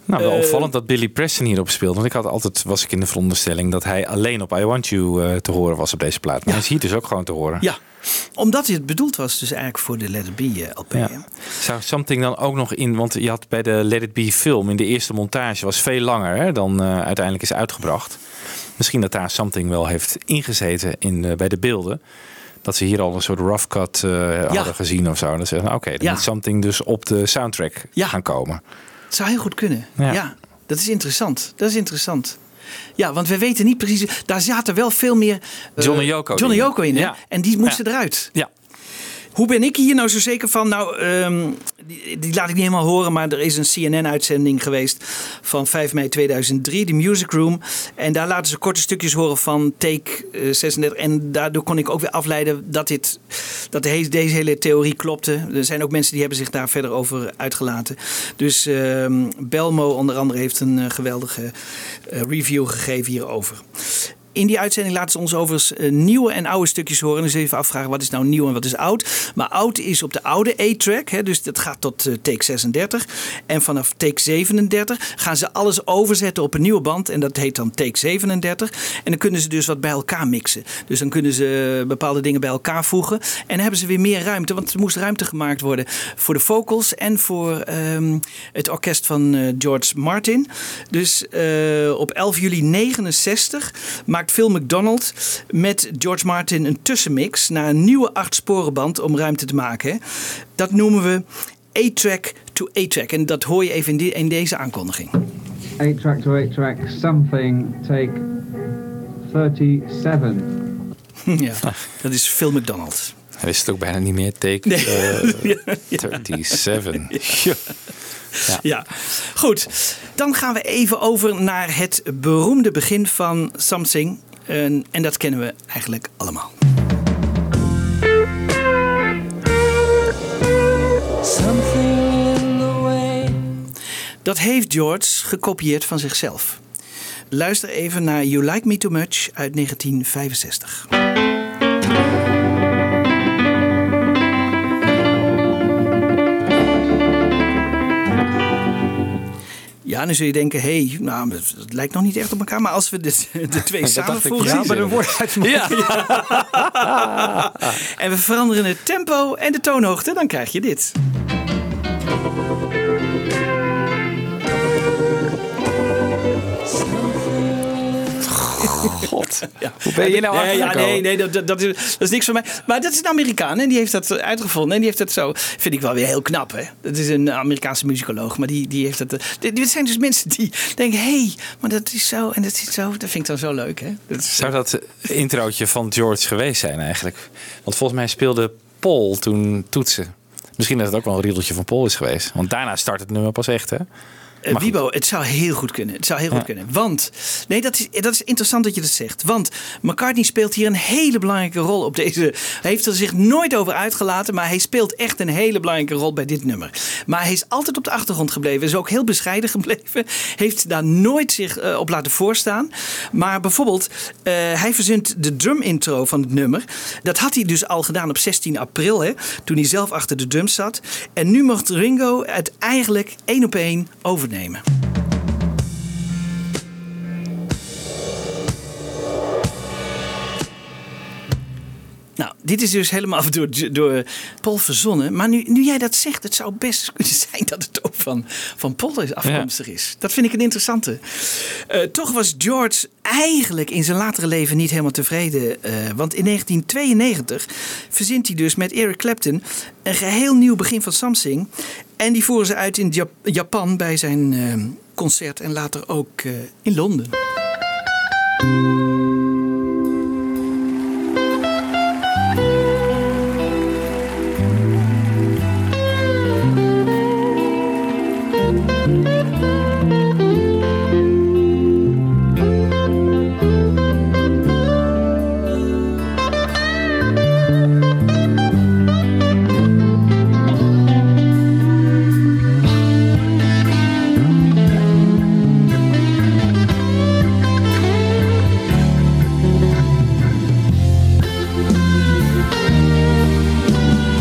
Nou, wel opvallend dat Billy Preston hierop speelt. Want was ik in de veronderstelling dat hij alleen op I Want You te horen was op deze plaat. Maar hij is hier dus ook gewoon te horen. Ja, omdat het bedoeld was dus eigenlijk voor de Let It Be LP. Ja. Zou Something dan ook nog in... Want je had bij de Let It Be film in de eerste montage... was veel langer dan uiteindelijk is uitgebracht. Misschien dat daar Something wel heeft ingezeten bij de beelden. Dat ze hier al een soort rough cut hadden gezien of zo. Dan zeggen ze, oké, dan moet Something dus op de soundtrack gaan komen. Het zou heel goed kunnen. Ja, dat is interessant. Ja, want we weten niet precies... Daar zaten wel veel meer... John en Yoko in. Hè? Ja. En die moesten eruit. Ja. Hoe ben ik hier nou zo zeker van? Nou, die laat ik niet helemaal horen, maar er is een CNN-uitzending geweest van 5 mei 2003, de Music Room. En daar laten ze korte stukjes horen van Take 36. En daardoor kon ik ook weer afleiden dat deze hele theorie klopte. Er zijn ook mensen die hebben zich daar verder over uitgelaten. Dus Belmo onder andere heeft een geweldige review gegeven hierover. In die uitzending laten ze ons overigens nieuwe en oude stukjes horen. Dus even afvragen, wat is nou nieuw en wat is oud? Maar oud is op de oude A-track. Dus dat gaat tot take 36. En vanaf take 37 gaan ze alles overzetten op een nieuwe band. En dat heet dan take 37. En dan kunnen ze dus wat bij elkaar mixen. Dus dan kunnen ze bepaalde dingen bij elkaar voegen. En dan hebben ze weer meer ruimte. Want er moest ruimte gemaakt worden voor de vocals. En voor het orkest van George Martin. Dus op 11 juli 69 maakt Phil McDonald met George Martin een tussenmix naar een nieuwe 8-sporenband om ruimte te maken. Hè. Dat noemen we A-track to A-track. En dat hoor je even in deze aankondiging. A-track to A-track, Something, take 37. Ja, dat is Phil McDonald. Hij wist het ook bijna niet meer. Take 37. Ja, goed. Dan gaan we even over naar het beroemde begin van Something. En dat kennen we eigenlijk allemaal. Dat heeft George gekopieerd van zichzelf. Luister even naar You Like Me Too Much uit 1965. Ja, nu zul je denken, het lijkt nog niet echt op elkaar. Maar als we de twee samenvoegen... Ja, maar er wordt uit En we veranderen het tempo en de toonhoogte, dan krijg je dit. God, hoe ben je nou aangekomen? Nee, dat is niks van mij. Maar dat is een Amerikaan en die heeft dat uitgevonden. En die heeft dat zo, vind ik wel weer heel knap. Hè? Dat is een Amerikaanse muzikoloog. Maar die heeft dat... Dit zijn dus mensen die denken, maar dat is zo en dat is zo. Dat vind ik dan zo leuk. Hè? Zou dat introotje van George geweest zijn eigenlijk? Want volgens mij speelde Paul toen toetsen. Misschien dat het ook wel een riedeltje van Paul is geweest. Want daarna start het nummer pas echt, hè? Wiebo, het zou heel goed kunnen. Want, dat is interessant dat je dat zegt. Want McCartney speelt hier een hele belangrijke rol op deze... Hij heeft er zich nooit over uitgelaten, maar hij speelt echt een hele belangrijke rol bij dit nummer. Maar hij is altijd op de achtergrond gebleven. Is ook heel bescheiden gebleven. Heeft daar nooit zich op laten voorstaan. Maar bijvoorbeeld, hij verzint de drum intro van het nummer. Dat had hij dus al gedaan op 16 april, hè, toen hij zelf achter de drums zat. En nu mocht Ringo het eigenlijk 1 op 1 overnemen. Nou, dit is dus helemaal door Paul verzonnen. Maar nu jij dat zegt, het zou best kunnen zijn dat het ook van Paul afkomstig is. Dat vind ik een interessante. Toch was George eigenlijk in zijn latere leven niet helemaal tevreden. Want in 1992 verzint hij dus met Eric Clapton een geheel nieuw begin van Something. En die voeren ze uit in Japan bij zijn concert en later ook in Londen.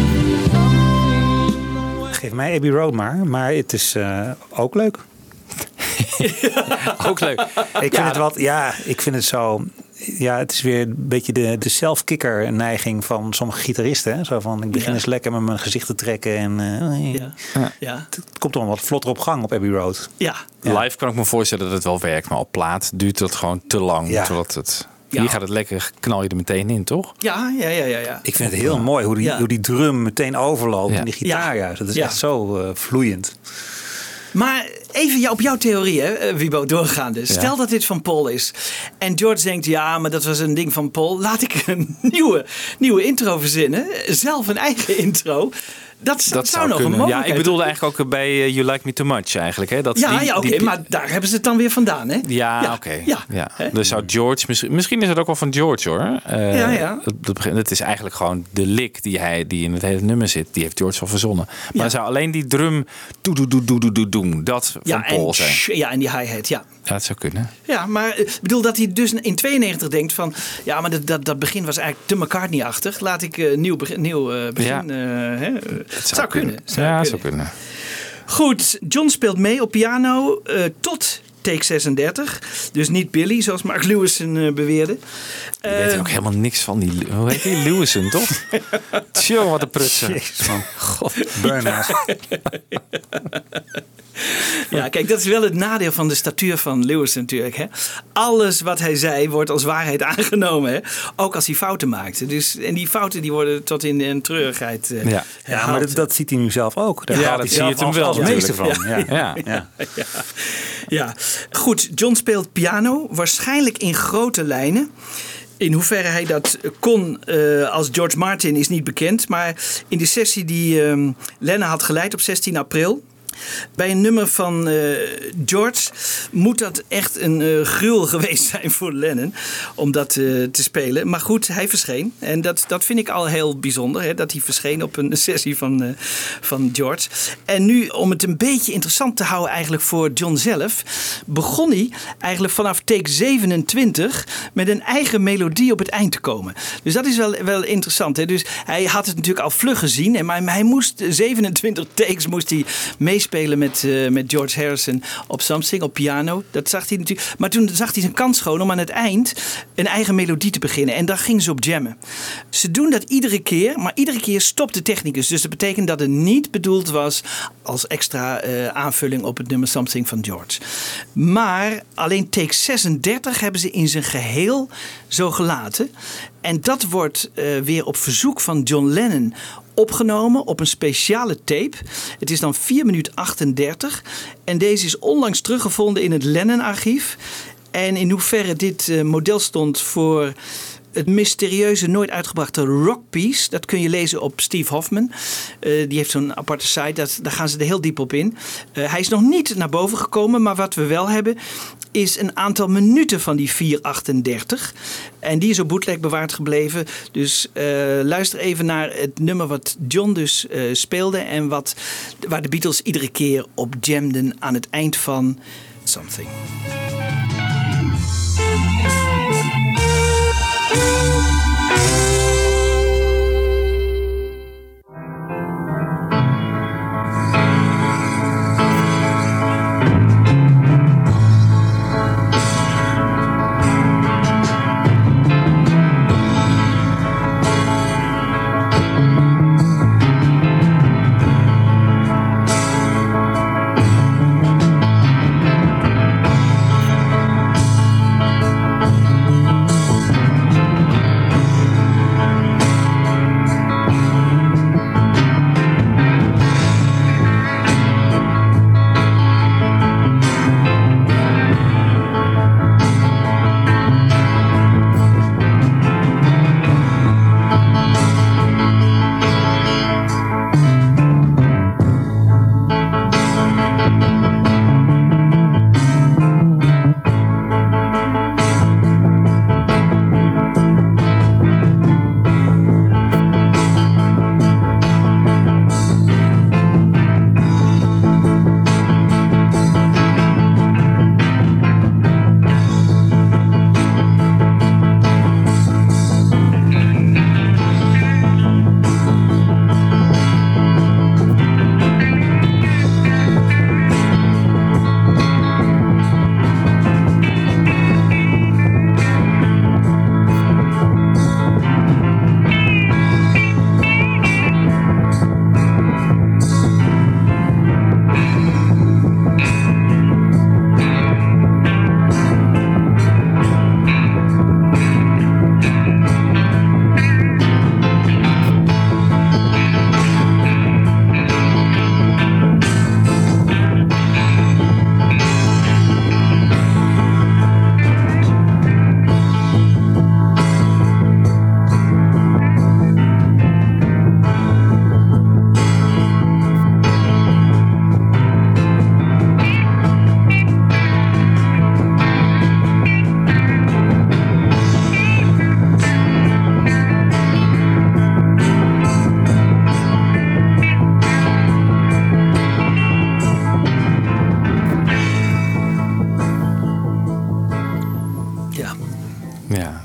Abbey Road maar het is ook leuk. Ook leuk. Ik vind het zo... Ja, het is weer een beetje de zelfkikker neiging van sommige gitaristen. Hè? Zo van, ik begin eens lekker met mijn gezicht te trekken. En het komt dan wat vlotter op gang op Abbey Road. Ja. Live kan ik me voorstellen dat het wel werkt. Maar op plaat duurt dat gewoon te lang. Ja. Totdat het... Hier gaat het lekker, knal je er meteen in, toch? Ja. Ik vind het heel mooi hoe die drum meteen overloopt in die gitaar. Ja. Dat is echt zo vloeiend. Maar even op jouw theorie, hè, Wibo, doorgaande. Stel dat dit van Paul is. En George denkt, ja, maar dat was een ding van Paul. Laat ik een nieuwe intro verzinnen. Zelf een eigen intro. Dat zou nog kunnen. een mogelijkheid. Ja, ik bedoelde eigenlijk ook bij You Like Me Too Much eigenlijk. Hè? Maar daar hebben ze het dan weer vandaan, hè? Oké. Dus zou George... Misschien is het ook wel van George, hoor. Het is eigenlijk gewoon de lick die in het hele nummer zit. Die heeft George al verzonnen. Maar dan zou alleen die drum... doen. Dat van Paul zijn. Ja, en die hi-hat, ja. Ja, dat zou kunnen. Ja, maar ik bedoel dat hij dus in 92 denkt van... Ja, maar dat begin was eigenlijk te McCartney-achtig. Laat ik nieuw begin... Het zou kunnen. Zou kunnen. Goed, John speelt mee op piano tot take 36. Dus niet Billy, zoals Mark Lewison beweerde. Je weet ook helemaal niks van die... Hoe heet die? Lewison, toch? Tjoh, wat een prutser. Jezus, man. God, burn-out. Ja, kijk, dat is wel het nadeel van de statuur van Lewis natuurlijk. Hè? Alles wat hij zei wordt als waarheid aangenomen. Hè? Ook als hij fouten maakte. En die fouten die worden tot in een treurigheid maar dat ziet hij nu zelf ook. Dat zie je hem wel als meester van. Ja. Goed, John speelt piano. Waarschijnlijk in grote lijnen. In hoeverre hij dat kon als George Martin is niet bekend. Maar in de sessie die Lennon had geleid op 16 april... Bij een nummer van George moet dat echt een gruwel geweest zijn voor Lennon om dat te spelen. Maar goed, hij verscheen. En dat vind ik al heel bijzonder, hè, dat hij verscheen op een sessie van George. En nu, om het een beetje interessant te houden eigenlijk voor John zelf, begon hij eigenlijk vanaf take 27 met een eigen melodie op het eind te komen. Dus dat is wel interessant. Hè. Dus hij had het natuurlijk al vlug gezien, maar hij moest 27 takes moest hij meespelen met George Harrison op Something, op piano. Dat zag hij natuurlijk. Maar toen zag hij zijn kans gewoon om aan het eind een eigen melodie te beginnen. En daar gingen ze op jammen. Ze doen dat iedere keer, maar iedere keer stopt de technicus. Dus dat betekent dat het niet bedoeld was als extra aanvulling op het nummer Something van George. Maar alleen take 36 hebben ze in zijn geheel zo gelaten. En dat wordt weer op verzoek van John Lennon opgenomen op een speciale tape. Het is dan 4 minuten 38. En deze is onlangs teruggevonden in het Lennon-archief. En in hoeverre dit model stond voor het mysterieuze, nooit uitgebrachte Rockpiece. Dat kun je lezen op Steve Hoffman. Die heeft zo'n aparte site. Daar gaan ze er heel diep op in. Hij is nog niet naar boven gekomen. Maar wat we wel hebben is een aantal minuten van die 4:38. En die is op bootleg bewaard gebleven. Dus luister even naar het nummer wat John dus speelde. En waar de Beatles iedere keer op jamden aan het eind van Something.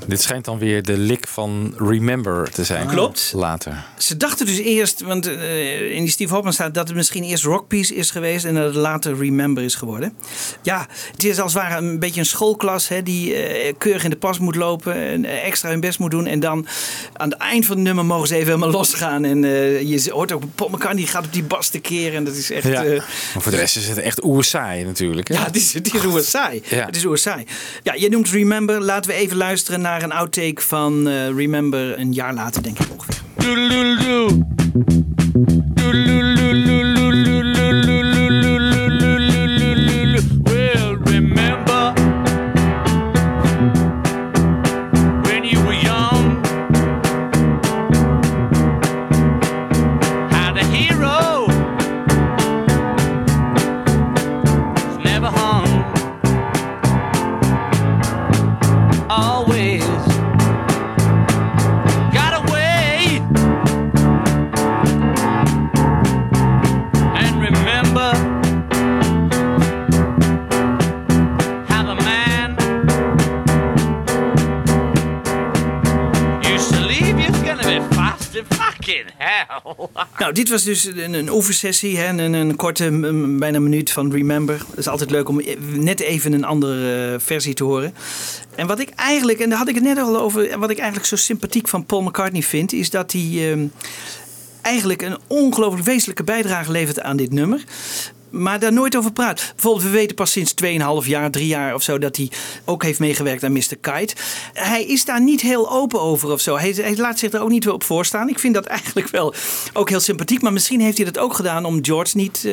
Dit schijnt dan weer de lik van Remember te zijn. Klopt. Later. Ze dachten dus eerst, want in die Steve Hoffman staat dat het misschien eerst Rockpiece is geweest en dat het later Remember is geworden. Ja, het is als het ware een beetje een schoolklas die keurig in de pas moet lopen en extra hun best moet doen. En dan aan het eind van het nummer mogen ze even helemaal losgaan. En je hoort ook Paul McCartney die gaat op die bas tekeer en dat is echt... Ja. Maar voor de rest is het echt oersaai natuurlijk. Hè? Ja, het is oersaai. Ja. Het is oersaai. Ja, je noemt Remember. Laten we even luisteren naar een outtake van Remember een jaar later, denk ik ongeveer. Well, remember when you were young, how the hero was never hung, always got away. And remember how the man used to leave you's gonna be fast in fucking hell. Nou, dit was dus een oefensessie, een korte, bijna minuut van Remember. Het is altijd leuk om net even een andere versie te horen. En wat ik eigenlijk, en daar had ik het net al over, en wat ik eigenlijk zo sympathiek van Paul McCartney vind, is dat hij eigenlijk een ongelooflijk wezenlijke bijdrage levert aan dit nummer. Maar daar nooit over praat. Bijvoorbeeld, we weten pas sinds 2,5 jaar, 3 jaar of zo, dat hij ook heeft meegewerkt aan Mr. Kite. Hij is daar niet heel open over of zo. Hij laat zich er ook niet wel op voorstaan. Ik vind dat eigenlijk wel ook heel sympathiek. Maar misschien heeft hij dat ook gedaan om George niet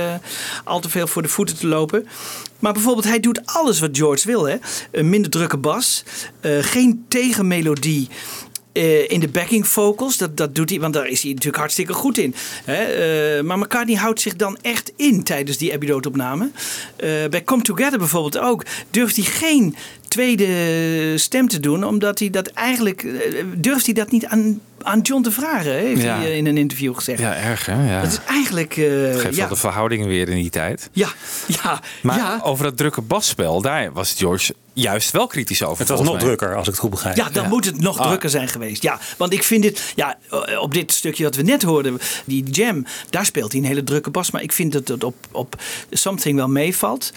al te veel voor de voeten te lopen. Maar bijvoorbeeld, hij doet alles wat George wil. Hè? Een minder drukke bas. Geen tegenmelodie. In de backing vocals, dat doet hij, want daar is hij natuurlijk hartstikke goed in. Maar McCartney houdt zich dan echt in tijdens die Abbey Road opname. Bij Come Together bijvoorbeeld ook, durft hij geen tweede stem te doen, omdat hij dat eigenlijk, durft hij dat niet aan John te vragen, heeft hij in een interview gezegd. Ja, erg hè? Ja. Dat is eigenlijk... geeft wel de verhoudingen weer in die tijd. Ja. Maar over dat drukke basspel, daar was George juist wel kritisch over. Het was nog drukker, als ik het goed begrijp. Ja, dan moet het nog drukker zijn geweest. Ja, want ik vind dit, op dit stukje wat we net hoorden, die jam, daar speelt hij een hele drukke bas. Maar ik vind dat het op Something wel meevalt.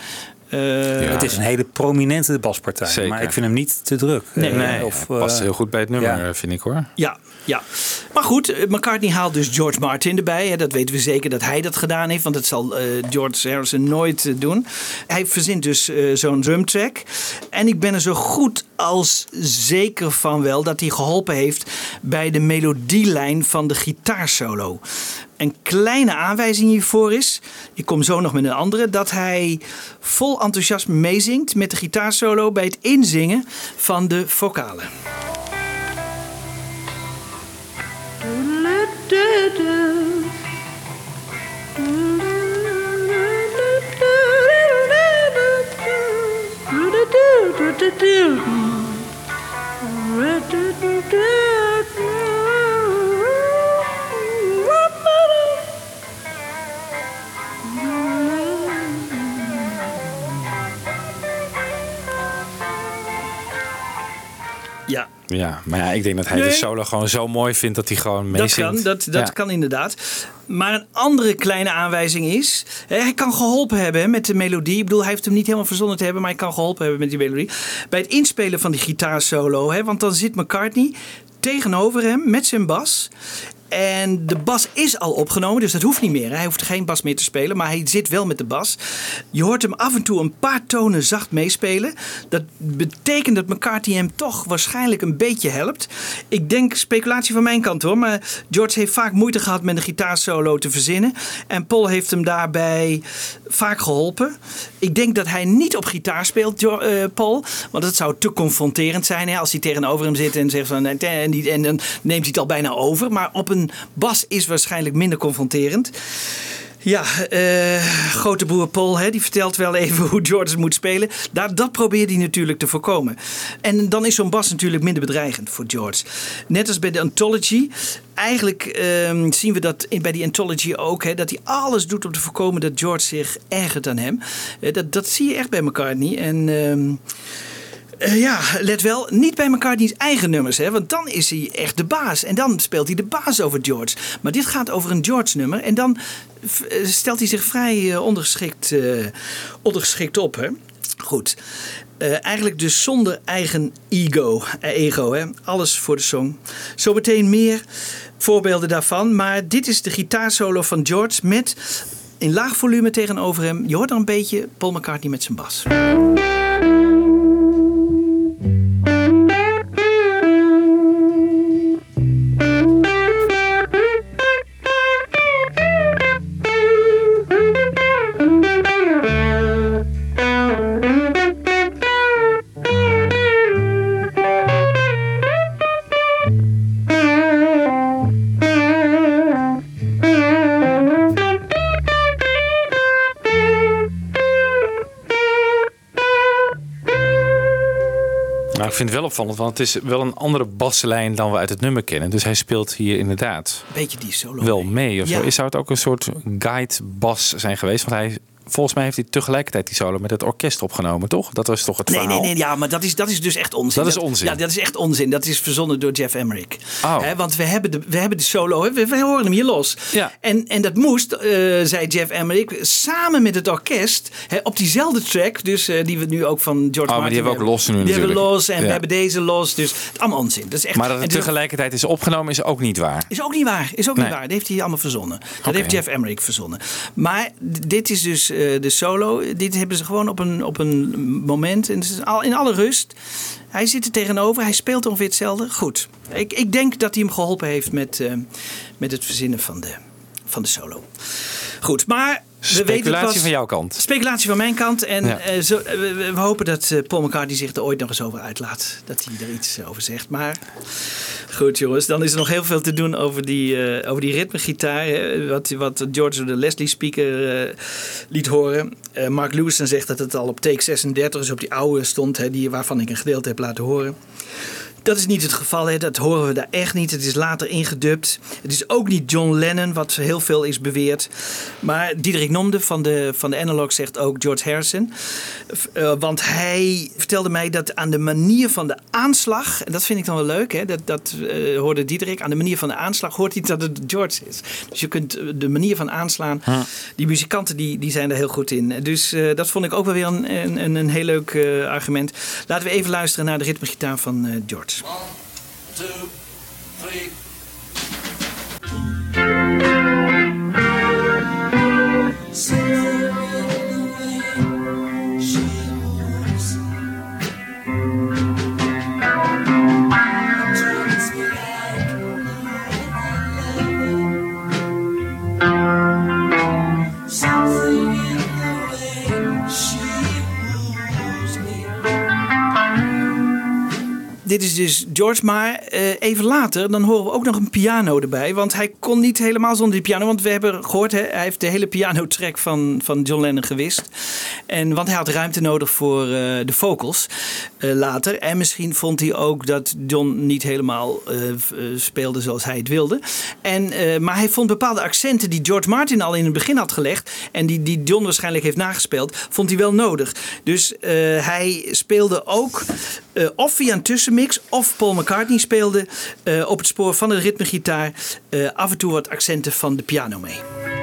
Het is een hele prominente baspartij. Zeker. Maar ik vind hem niet te druk. Nee, past heel goed bij het nummer, vind ik hoor. Ja. Maar goed, McCartney haalt dus George Martin erbij. Hè. Dat weten we zeker dat hij dat gedaan heeft. Want dat zal George Harrison nooit doen. Hij verzint dus zo'n drumtrack. En ik ben er zo goed als zeker van wel dat hij geholpen heeft bij de melodielijn van de gitaarsolo. Een kleine aanwijzing hiervoor is, ik kom zo nog met een andere, dat hij vol enthousiasme meezingt met de gitaarsolo bij het inzingen van de vocalen. Ja, maar ik denk dat hij de solo gewoon zo mooi vindt dat hij gewoon meezingt. Dat kan inderdaad. Maar een andere kleine aanwijzing is, hij kan geholpen hebben met de melodie. Ik bedoel, hij heeft hem niet helemaal verzonnen te hebben, maar hij kan geholpen hebben met die melodie. Bij het inspelen van die gitaarsolo, want dan zit McCartney tegenover hem met zijn bas. En de bas is al opgenomen, dus dat hoeft niet meer. Hij hoeft geen bas meer te spelen, maar hij zit wel met de bas. Je hoort hem af en toe een paar tonen zacht meespelen. Dat betekent dat McCartney hem toch waarschijnlijk een beetje helpt. Ik denk, speculatie van mijn kant hoor, maar George heeft vaak moeite gehad met een gitaarsolo te verzinnen. En Paul heeft hem daarbij vaak geholpen. Ik denk dat hij niet op gitaar speelt, Paul, want dat zou te confronterend zijn. Hè, als hij tegenover hem zit en zegt van, en dan neemt hij het al bijna over. Maar op een bas is waarschijnlijk minder confronterend. Ja, grote broer Paul, die vertelt wel even hoe George moet spelen. Dat probeert hij natuurlijk te voorkomen. En dan is zo'n bas natuurlijk minder bedreigend voor George. Net als bij de Anthology. Eigenlijk zien we dat bij die Anthology ook. Dat hij alles doet om te voorkomen dat George zich ergert aan hem. Dat zie je echt bij McCartney. En Let wel, niet bij McCartney's eigen nummers, hè, want dan is hij echt de baas. En dan speelt hij de baas over George. Maar dit gaat over een George-nummer en dan stelt hij zich vrij ondergeschikt op. Hè? Goed. Eigenlijk dus zonder eigen ego. Hè? Alles voor de song. Zometeen meer voorbeelden daarvan. Maar dit is de gitaarsolo van George met in laag volume tegenover hem. Je hoort dan een beetje Paul McCartney met zijn bas. Ik vind het wel opvallend, want het is wel een andere baslijn dan we uit het nummer kennen. Dus hij speelt hier inderdaad beetje die solo wel mee. Of ja. zo. Zou het ook een soort guide bas zijn geweest? Want volgens mij heeft hij tegelijkertijd die solo met het orkest opgenomen, toch? Dat was toch het verhaal? Nee, ja, maar dat is dus echt onzin. Dat is onzin? Ja, dat is echt onzin. Dat is verzonnen door Jeff Emerick. Oh. Want we hebben de solo, we horen hem hier los. Ja. En dat moest, zei Jeff Emerick, samen met het orkest, op diezelfde track, dus die we nu ook van George Martin maar die hebben we ook los nu natuurlijk. Die hebben we los en we hebben deze los, dus het allemaal onzin. Dat is echt, maar dat het tegelijkertijd is opgenomen is ook niet waar. Is ook niet waar. Niet waar. Dat heeft hij allemaal verzonnen. Dat heeft Jeff Emerick verzonnen. Maar dit is dus de solo. Dit hebben ze gewoon op een moment. En het is in alle rust. Hij zit er tegenover. Hij speelt ongeveer hetzelfde. Goed. Ik denk dat hij hem geholpen heeft met het verzinnen van de solo. Goed, maar speculatie van jouw kant. Speculatie van mijn kant. En we hopen dat Paul McCartney zich er ooit nog eens over uitlaat. Dat hij er iets over zegt. Maar goed jongens, dan is er nog heel veel te doen over die ritmegitaar. Wat George de Leslie speaker liet horen. Mark Lewisohn zegt dat het al op take 36 dus op die oude stond. Waarvan ik een gedeelte heb laten horen. Dat is niet het geval, hè. Dat horen we daar echt niet. Het is later ingedubt. Het is ook niet John Lennon, wat heel veel is beweerd. Maar Diederik Nomde van de Analog zegt ook George Harrison. Want hij vertelde mij dat aan de manier van de aanslag, en dat vind ik dan wel leuk, hè, dat hoorde Diederik, aan de manier van de aanslag hoort hij dat het George is. Dus je kunt de manier van aanslaan, die muzikanten die zijn er heel goed in. Dus dat vond ik ook wel weer een heel leuk argument. Laten we even luisteren naar de ritmegitaar van George. 1, 2, 3. Dit is dus George, maar even later dan horen we ook nog een piano erbij. Want hij kon niet helemaal zonder die piano. Want we hebben gehoord, hij heeft de hele pianotrack van John Lennon gewist. Want hij had ruimte nodig voor de vocals later. En misschien vond hij ook dat John niet helemaal speelde zoals hij het wilde. Maar hij vond bepaalde accenten die George Martin al in het begin had gelegd. En die John waarschijnlijk heeft nagespeeld. Vond hij wel nodig. Dus hij speelde ook of via een tussenmix of Paul McCartney speelde op het spoor van de ritmegitaar af en toe wat accenten van de piano mee.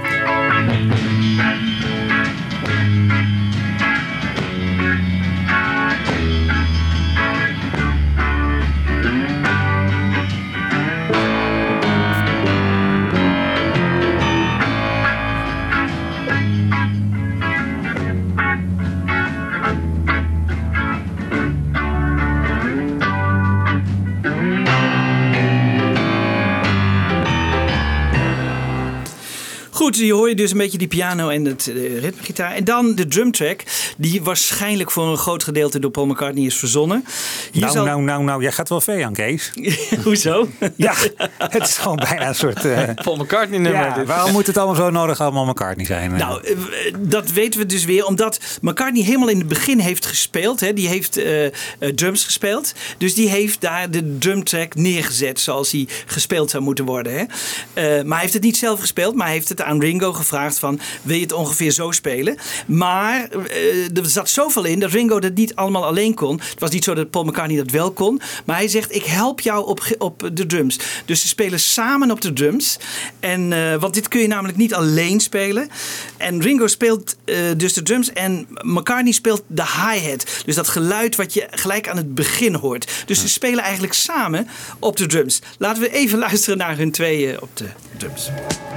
Goed, hier hoor je dus een beetje die piano en het ritmegitaar. En dan de drumtrack, die waarschijnlijk voor een groot gedeelte door Paul McCartney is verzonnen. Nou, jij gaat wel ver aan, Kees. Hoezo? Ja, het is gewoon bijna een soort... Paul McCartney nummer. Ja, waarom moet het allemaal zo nodig allemaal McCartney zijn? Nou, dat weten we dus weer, omdat McCartney helemaal in het begin heeft gespeeld. Hè. Die heeft drums gespeeld. Dus die heeft daar de drumtrack neergezet zoals hij gespeeld zou moeten worden. Hè. Maar hij heeft het niet zelf gespeeld, maar hij heeft het aan aan Ringo gevraagd van, wil je het ongeveer zo spelen? Maar er zat zoveel in dat Ringo dat niet allemaal alleen kon. Het was niet zo dat Paul McCartney dat wel kon. Maar hij zegt, ik help jou op de drums. Dus ze spelen samen op de drums. En, want dit kun je namelijk niet alleen spelen. En Ringo speelt dus de drums en McCartney speelt de hi-hat. Dus dat geluid wat je gelijk aan het begin hoort. Dus ze spelen eigenlijk samen op de drums. Laten we even luisteren naar hun tweeën op de drums.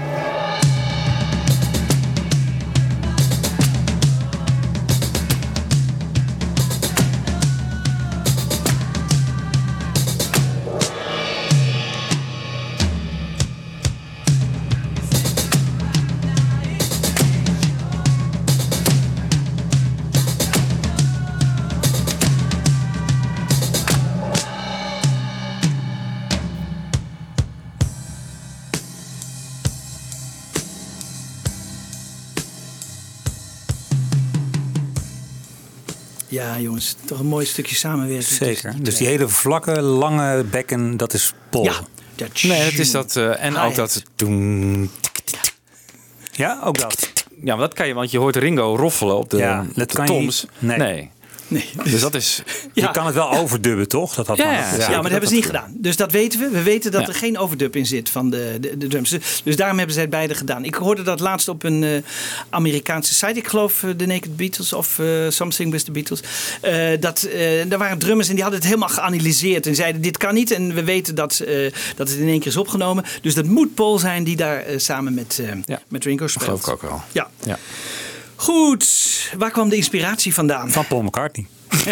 Ja, jongens, toch een mooi stukje samenwerking. Zeker. Dus die hele vlakke, lange bekken, dat is Paul. Ja. Nee, het is dat. En ook dat. Ja, ook dat. Ja, maar dat kan je, want je hoort Ringo roffelen op de, dat de kan toms. Je niet, nee. Dus dat is... Je kan het wel overdubben, toch? Dat had maar dat hebben ze niet gedaan. Dus dat weten we. We weten dat er geen overdub in zit van de drums. Dus daarom hebben zij het beide gedaan. Ik hoorde dat laatst op een Amerikaanse site. Ik geloof The Naked Beatles of Something with the Beatles. Er waren drummers en die hadden het helemaal geanalyseerd. En zeiden, dit kan niet. En we weten dat het in één keer is opgenomen. Dus dat moet Paul zijn die daar samen met Ringo speelt. Dat geloof ik ook wel. Ja. Goed, waar kwam de inspiratie vandaan? Van Paul McCartney.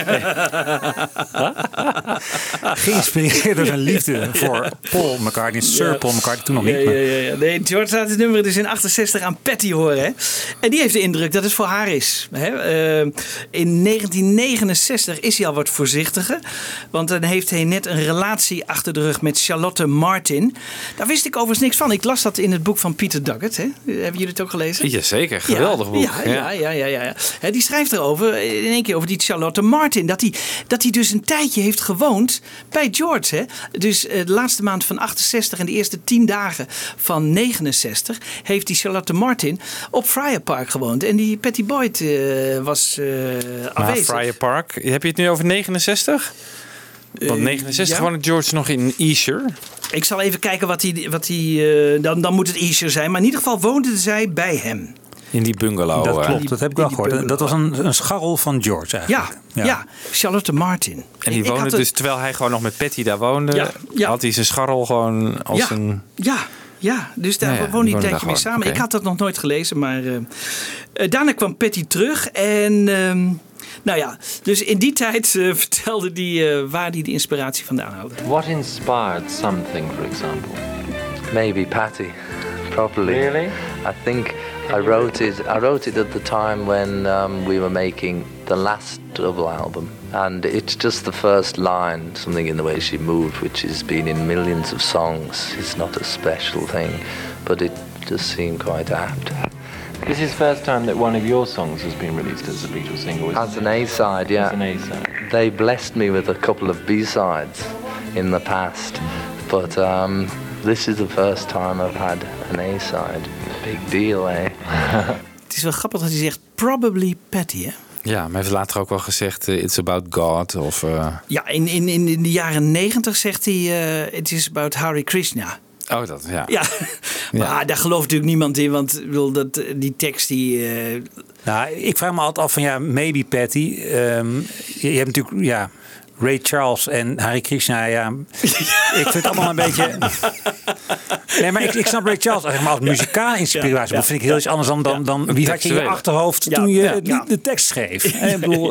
Geïnspireerd door zijn liefde voor Paul McCartney, Sir Paul McCartney, toen nog niet. Ja. Nee, George laat het nummer dus in 68 aan Patty horen. Hè? En die heeft de indruk dat het voor haar is. Hè? In 1969 is hij al wat voorzichtiger. Want dan heeft hij net een relatie achter de rug met Charlotte Martin. Daar wist ik overigens niks van. Ik las dat in het boek van Peter Doggett. Hè? Hebben jullie het ook gelezen? Jazeker, geweldig boek. Ja. Die schrijft erover, in één keer over die Charlotte Martin. Dat hij dus een tijdje heeft gewoond bij George. Hè? Dus de laatste maand van 68 en de eerste 10 dagen van 69 heeft die Charlotte Martin op Friar Park gewoond. En die Pattie Boyd was aanwezig. Friar Park, heb je het nu over 69? Want 69 woonde George nog in Esher. Ik zal even kijken wat hij dan moet het Esher zijn. Maar in ieder geval woonden zij bij hem. In die bungalow. Dat klopt, dat heb ik wel gehoord. Dat was een scharrel van George eigenlijk. Ja, Charlotte Martin. En die woonde dus, terwijl hij gewoon nog met Patty daar woonde, had hij zijn scharrel gewoon als een... Ja, dus daar woonde hij een tijdje mee samen. Okay. Ik had dat nog nooit gelezen, maar daarna kwam Patty terug en... dus in die tijd vertelde hij waar hij de inspiratie vandaan haalde. What inspired something, for example? Maybe Patty, probably. Really? I think I wrote it at the time when we were making the last double album. And it's just the first line, something in the way she moved, which has been in millions of songs. It's not a special thing, but it just seemed quite apt. This is the first time that one of your songs has been released as a Beatles single, as an A-side, yeah. As an A-side. They blessed me with a couple of B-sides in the past, but this is the first time I've had an A-side. Big deal, eh? Het is wel grappig dat hij zegt probably Patty, hè? Ja, maar hij heeft later ook wel gezegd It's about God. Of, Ja, in de jaren 90 zegt hij It is about Hare Krishna. Oh, dat, ja. Maar daar gelooft natuurlijk niemand in, want die tekst die... Nou, ik vraag me altijd af van, maybe Patty. Je hebt natuurlijk, Ray Charles en Hare Krishna, ik vind het allemaal een beetje... Nee, maar ik snap Ray Charles als muzikale inspiratie. Dat vind ik heel iets anders dan wie had je in je achterhoofd toen je de tekst schreef. Ik bedoel,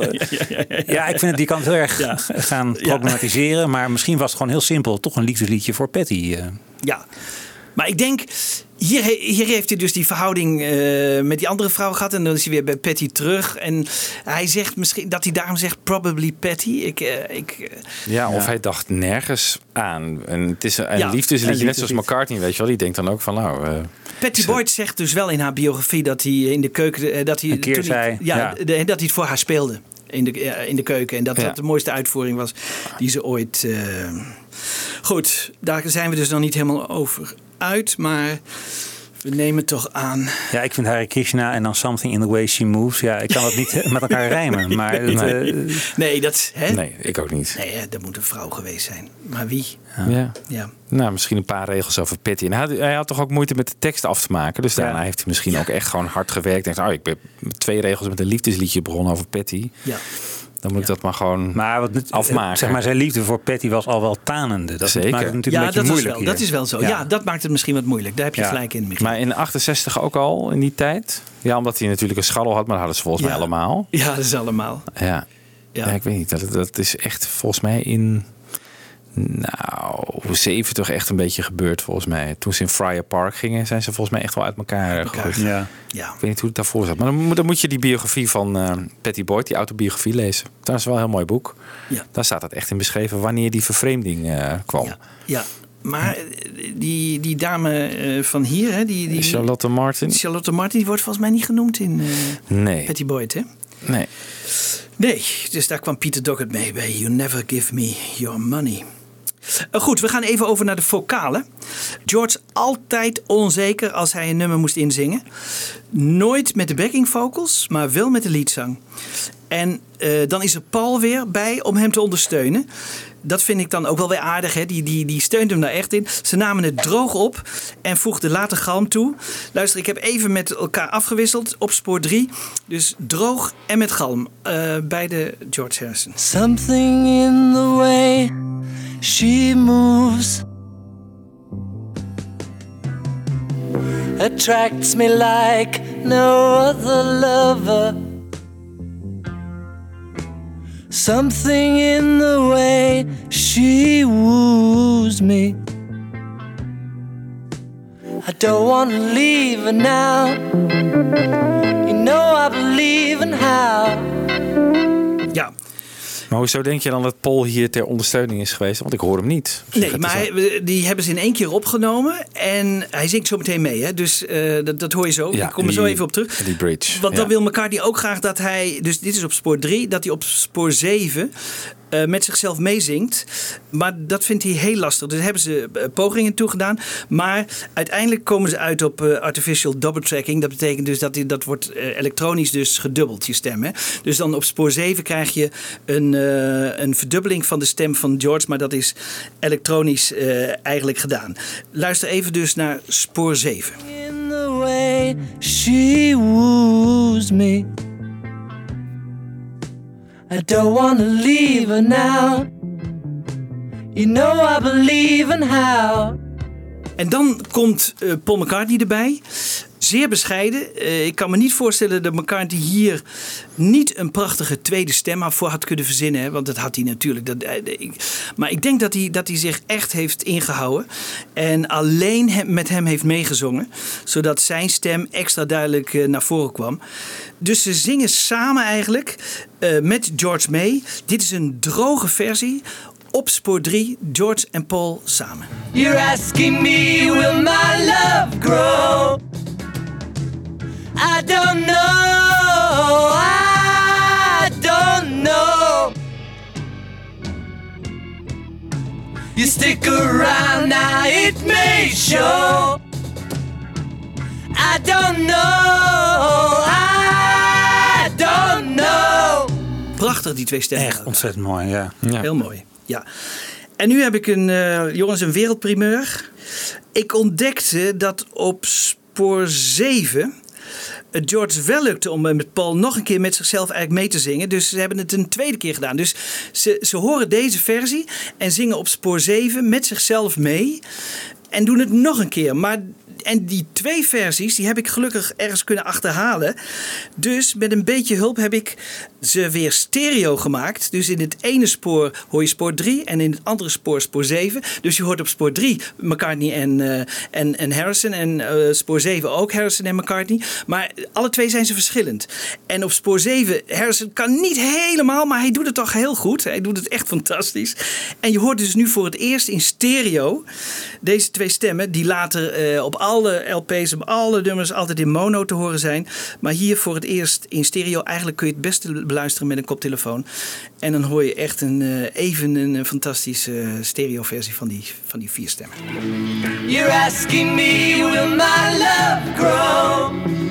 ik vind die kan het heel erg gaan problematiseren. Maar misschien was het gewoon heel simpel. Toch een liefdesliedje voor Patty. Ja, maar ik denk... Hier heeft hij dus die verhouding met die andere vrouw gehad. En dan is hij weer bij Patty terug. En hij zegt misschien dat hij daarom zegt probably Patty. Of hij dacht nergens aan. En het is een liefdesliedje, net zoals McCartney, weet je wel. Die denkt dan ook van Patty Boyd zegt dus wel in haar biografie dat hij in de keuken... dat hij het voor haar speelde. In de keuken. En dat dat de mooiste uitvoering was die ze ooit... Goed, daar zijn we dus nog niet helemaal over uit. Maar We nemen toch aan. Ja, ik vind Hare Krishna en dan Something in the Way She Moves. Ja, ik kan dat niet met elkaar rijmen. Maar nee, dat... Hè? Nee, ik ook niet. Nee, dat moet een vrouw geweest zijn. Maar wie? Ja. Nou, misschien een paar regels over Patty. En hij had toch ook moeite met de tekst af te maken. Dus daarna heeft hij misschien ook echt gewoon hard gewerkt. En dacht, ik ben met 2 regels met een liefdesliedje begonnen over Patty. Ja. Dan moet ik dat maar gewoon afmaken. Zeg maar, zijn liefde voor Patty was al wel tanende. Dat Zeker. maakt het natuurlijk een beetje moeilijk. Dat is wel zo. Ja, dat maakt het misschien wat moeilijk. Daar heb je gelijk in, Michiel. Maar in 68 ook al, in die tijd? Ja, omdat hij natuurlijk een scharrel had. Maar dat hadden ze volgens mij allemaal. Ja, dat is allemaal. Ja, ik weet niet. Dat is echt volgens mij in... 70 echt een beetje gebeurd volgens mij. Toen ze in Friar Park gingen, zijn ze volgens mij echt wel uit elkaar gegooid. Ja. Ik weet niet hoe het daarvoor zat. Maar dan moet je die biografie van Patty Boyd, die autobiografie, lezen. Dat is wel een heel mooi boek. Ja. Daar staat het echt in beschreven wanneer die vervreemding kwam. Ja. Maar die dame van hier, hè, die Charlotte Martin. Charlotte Martin, die wordt volgens mij niet genoemd in Patty Boyd, hè? Nee, dus daar kwam Peter Doggett mee bij You Never Give Me Your Money. Goed, we gaan even over naar de vocalen. George altijd onzeker als hij een nummer moest inzingen. Nooit met de backing vocals, maar wel met de leadzang. En dan is er Paul weer bij om hem te ondersteunen. Dat vind ik dan ook wel weer aardig. Hè? Die steunt hem daar echt in. Ze namen het droog op en voegden later galm toe. Luister, ik heb even met elkaar afgewisseld op spoor 3. Dus droog en met galm. Beide George Harrison. Something in the way she moves attracts me like no other lover. Something in the way she woos me. I don't want to leave her now. You know I believe in how. Ja. Maar hoezo denk je dan dat Paul hier ter ondersteuning is geweest? Want ik hoor hem niet. Nee, maar die hebben ze in 1 keer opgenomen. En hij zingt zo meteen mee. Hè? Dus dat hoor je zo. Ja, ik kom er zo even op terug. Die bridge. Want dan wil McCartney ook graag dat hij... Dus dit is op spoor 3. Dat hij op spoor 7 met zichzelf meezingt. Maar dat vindt hij heel lastig. Dus daar hebben ze pogingen toe gedaan. Maar uiteindelijk komen ze uit op artificial double tracking. Dat betekent dus dat wordt elektronisch dus gedubbeld, je stem. Hè? Dus dan op spoor 7 krijg je een verdubbeling van de stem van George. Maar dat is elektronisch eigenlijk gedaan. Luister even dus naar spoor 7. In the way she woos me. I don't want to leave her now. You know I believe in how. En dan komt Paul McCartney erbij. Zeer bescheiden. Ik kan me niet voorstellen dat McCartney hier niet een prachtige tweede stem voor had kunnen verzinnen. Hè? Want dat had hij natuurlijk. Maar ik denk dat hij zich echt heeft ingehouden. En alleen met hem heeft meegezongen. Zodat zijn stem extra duidelijk naar voren kwam. Dus ze zingen samen eigenlijk met George mee. Dit is een droge versie. Op spoor 3, George en Paul samen. You're asking me, will my love grow? I don't know, I don't know. You stick around now, it may show. I don't know, I don't know. Prachtig, die twee stemmen. Echt ontzettend mooi, ja. Heel mooi, ja. En nu heb ik een wereldprimeur. Ik ontdekte dat op spoor 7... het George wel lukte om met Paul nog een keer met zichzelf eigenlijk mee te zingen. Dus ze hebben het een tweede keer gedaan. Dus ze horen deze versie en zingen op spoor 7 met zichzelf mee. En doen het nog een keer. En die 2 versies, die heb ik gelukkig ergens kunnen achterhalen. Dus met een beetje hulp heb ik ze weer stereo gemaakt. Dus in het ene spoor hoor je spoor 3 en in het andere spoor 7. Dus je hoort op spoor 3 McCartney en Harrison. En spoor 7 ook Harrison en McCartney. Maar alle 2 zijn ze verschillend. En op spoor 7, Harrison kan niet helemaal, maar hij doet het toch heel goed. Hij doet het echt fantastisch. En je hoort dus nu voor het eerst in stereo deze 2 stemmen die later op album alle LP's, op alle nummers altijd in mono te horen zijn. Maar hier voor het eerst in stereo. Eigenlijk kun je het beste beluisteren met een koptelefoon. En dan hoor je echt een fantastische stereoversie van die 4 stemmen. You're asking me, will my love grow?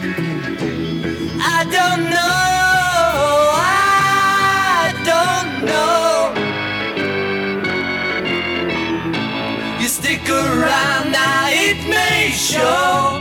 I don't know, I don't know. You stick around now, it may show.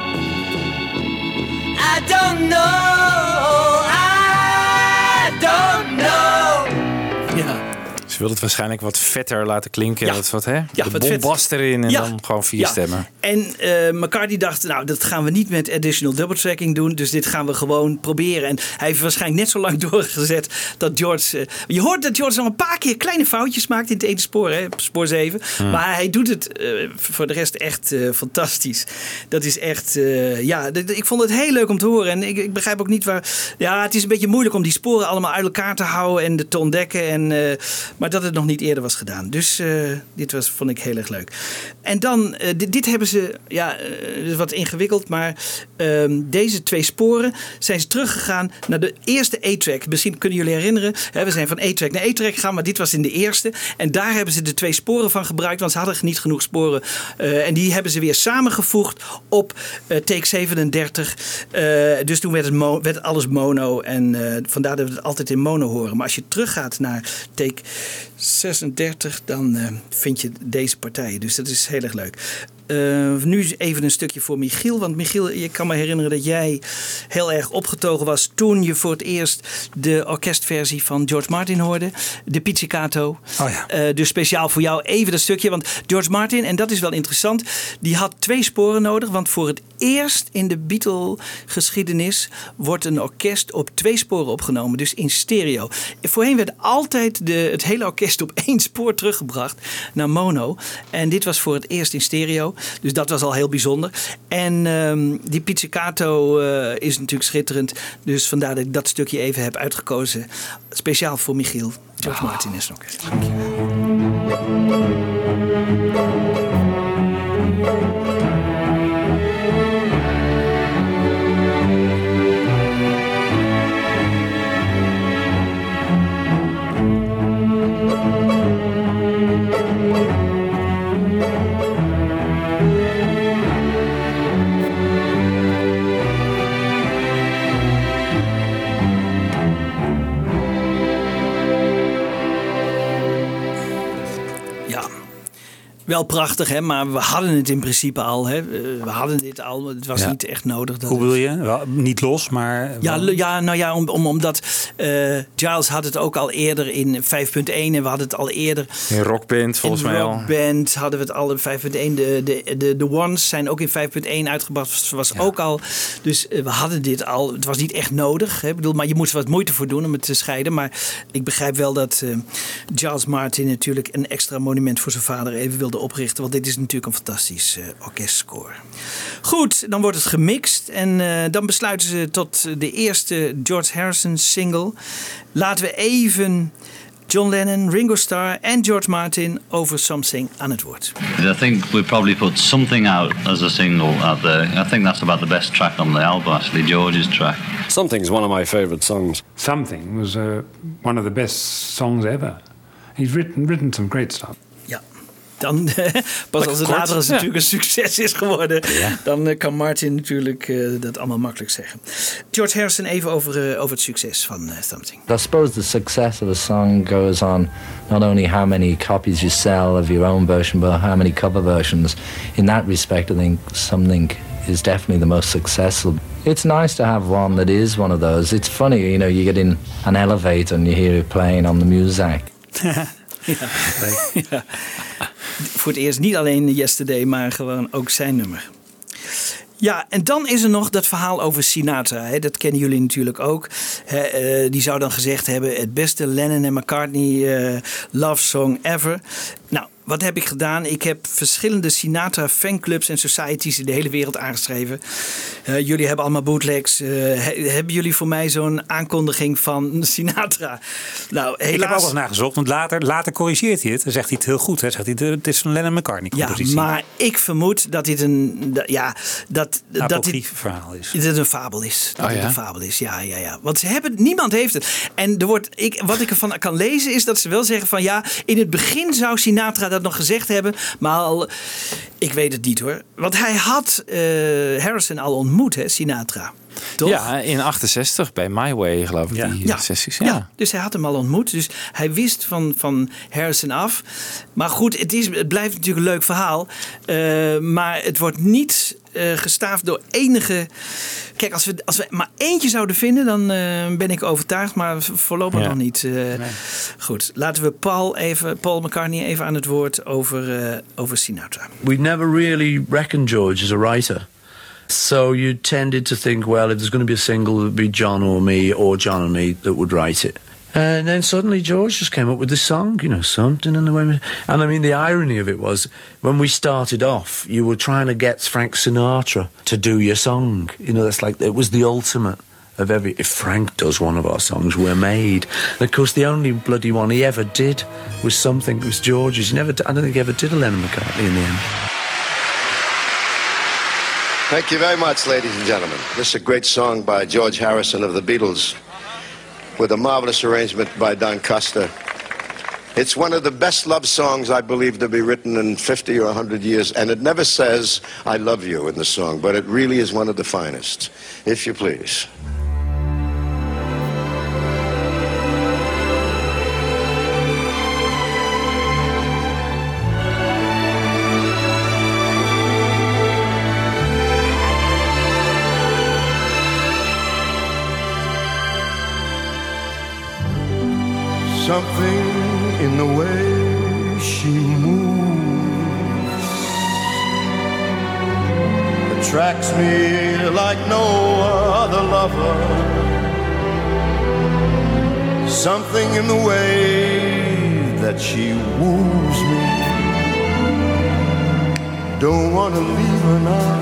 I don't know, I don't know. Ja. Ze wilde het waarschijnlijk wat vetter laten klinken. Ja. Wat, hè? Ja, de wat bombast erin en dan gewoon 4 stemmen. En McCartney dacht, nou, dat gaan we niet met additional double tracking doen. Dus dit gaan we gewoon proberen. En hij heeft waarschijnlijk net zo lang doorgezet dat George... je hoort dat George nog een paar keer kleine foutjes maakt in het ene spoor, hè, spoor 7. Maar hij doet het voor de rest echt fantastisch. Dat is echt... ik vond het heel leuk om te horen. En ik begrijp ook niet waar... Ja, het is een beetje moeilijk om die sporen allemaal uit elkaar te houden en te ontdekken. Maar dat het nog niet eerder was gedaan. Dus dit vond ik heel erg leuk. En dan, dit hebben ze... wat ingewikkeld, maar deze 2 sporen zijn ze teruggegaan naar de eerste A-track. Misschien kunnen jullie herinneren, we zijn van A-track naar A-track gegaan, maar dit was in de eerste. En daar hebben ze de 2 sporen van gebruikt, want ze hadden niet genoeg sporen. En die hebben ze weer samengevoegd op take 37. Dus toen werd alles mono. En vandaar dat we het altijd in mono horen. Maar als je teruggaat naar take 36, dan vind je deze partijen. Dus dat is heel erg leuk. Nu even een stukje voor Michiel. Want Michiel, je kan me herinneren dat jij heel erg opgetogen was toen je voor het eerst de orkestversie van George Martin hoorde. De Pizzicato. Oh ja. Dus speciaal voor jou even dat stukje. Want George Martin, en dat is wel interessant, die had 2 sporen nodig. Want voor het eerst in de Beatle-geschiedenis wordt een orkest op 2 sporen opgenomen. Dus in stereo. Voorheen werd altijd het hele orkest op 1 spoor teruggebracht naar mono. En dit was voor het eerst in stereo. Dus dat was al heel bijzonder. En die Pizzicato is natuurlijk schitterend. Dus vandaar dat ik dat stukje even heb uitgekozen. Speciaal voor Michiel. George Martin is nog eens. Wel prachtig, hè? Maar we hadden het in principe al. Hè? We hadden dit al. Het was niet echt nodig. Hoe wil je? Wel, niet los, maar... Omdat Giles had het ook al eerder in 5.1 en we hadden het al eerder... In Rockband volgens mij al. In Rockband hadden we het al in 5.1. De Ones zijn ook in 5.1 uitgebracht. Was ook al. Dus we hadden dit al. Het was niet echt nodig. Hè? Ik bedoel, maar je moest er wat moeite voor doen om het te scheiden. Maar ik begrijp wel dat Giles Martin natuurlijk een extra monument voor zijn vader even wilde oprichten. Want dit is natuurlijk een fantastisch orkestscore. Goed, dan wordt het gemixt. En dan besluiten ze tot de eerste George Harrison single. Laten we even John Lennon, Ringo Starr en George Martin over Something aan het woord. I think we probably put Something out as a single out there. I think that's about the best track on the album, actually, George's track. Something's one of my favorite songs. Something was one of the best songs ever. He's written some great stuff. Ja. Dan pas als het later natuurlijk een succes is geworden, dan kan Martin natuurlijk dat allemaal makkelijk zeggen. George Harrison even over het succes van Something. I suppose the success of a song goes on not only how many copies you sell of your own version, but how many cover versions. In that respect, I think Something is definitely the most successful. It's nice to have one that is one of those. It's funny, you know, you get in an elevator and you hear it playing on the music. Ja. Voor het eerst niet alleen Yesterday, maar gewoon ook zijn nummer. Ja, en dan is er nog dat verhaal over Sinatra. Hè. Dat kennen jullie natuurlijk ook. Die zou dan gezegd hebben: het beste Lennon en McCartney love song ever. Nou, wat heb ik gedaan? Ik heb verschillende Sinatra fanclubs en societies in de hele wereld aangeschreven. Jullie hebben allemaal bootlegs. Hebben jullie voor mij zo'n aankondiging van Sinatra? Nou, helaas. Ik heb ook wel eens nagezocht, want later corrigeert hij het. Dan zegt hij het heel goed. Hè? Zegt hij, het is een Lennon-McCartney-compositie. Ja, maar ik vermoed dat dit een verhaal is. Dat het een fabel is. Dat het ja? een fabel is, ja. Want niemand heeft het. En wat ik ervan kan lezen is dat ze wel zeggen van ja, in het begin zou Sinatra dat nog gezegd hebben, maar ik weet het niet hoor. Want hij had Harrison al ontmoet, hè, Sinatra. Toch? Ja, in 68 bij My Way, geloof ik. Die sessies. Ja, dus hij had hem al ontmoet. Dus hij wist van Harrison af. Maar goed, het blijft natuurlijk een leuk verhaal. Maar het wordt niet gestaafd door enige... Kijk, als we maar eentje zouden vinden, dan ben ik overtuigd. Maar voorlopig nog niet. Nee. Goed, laten we Paul McCartney even aan het woord over Sinatra. We never really reckoned George as a writer. So you tended to think, well, if there's going to be a single, it would be John or me or John and me that would write it. And then suddenly George just came up with this song, something in the way. And I mean, the irony of it was, when we started off, you were trying to get Frank Sinatra to do your song. That's like, it was the ultimate of if Frank does one of our songs, we're made. And of course, the only bloody one he ever did was George's. I don't think he ever did a Lennon McCartney in the end. Thank you very much, ladies and gentlemen. This is a great song by George Harrison of the Beatles with a marvelous arrangement by Don Costa. It's one of the best love songs I believe to be written in 50 or 100 years, and it never says I love you in the song, but it really is one of the finest. If you please. Something in the way she moves attracts me like no other lover. Something in the way that she woos me. Don't wanna leave her now.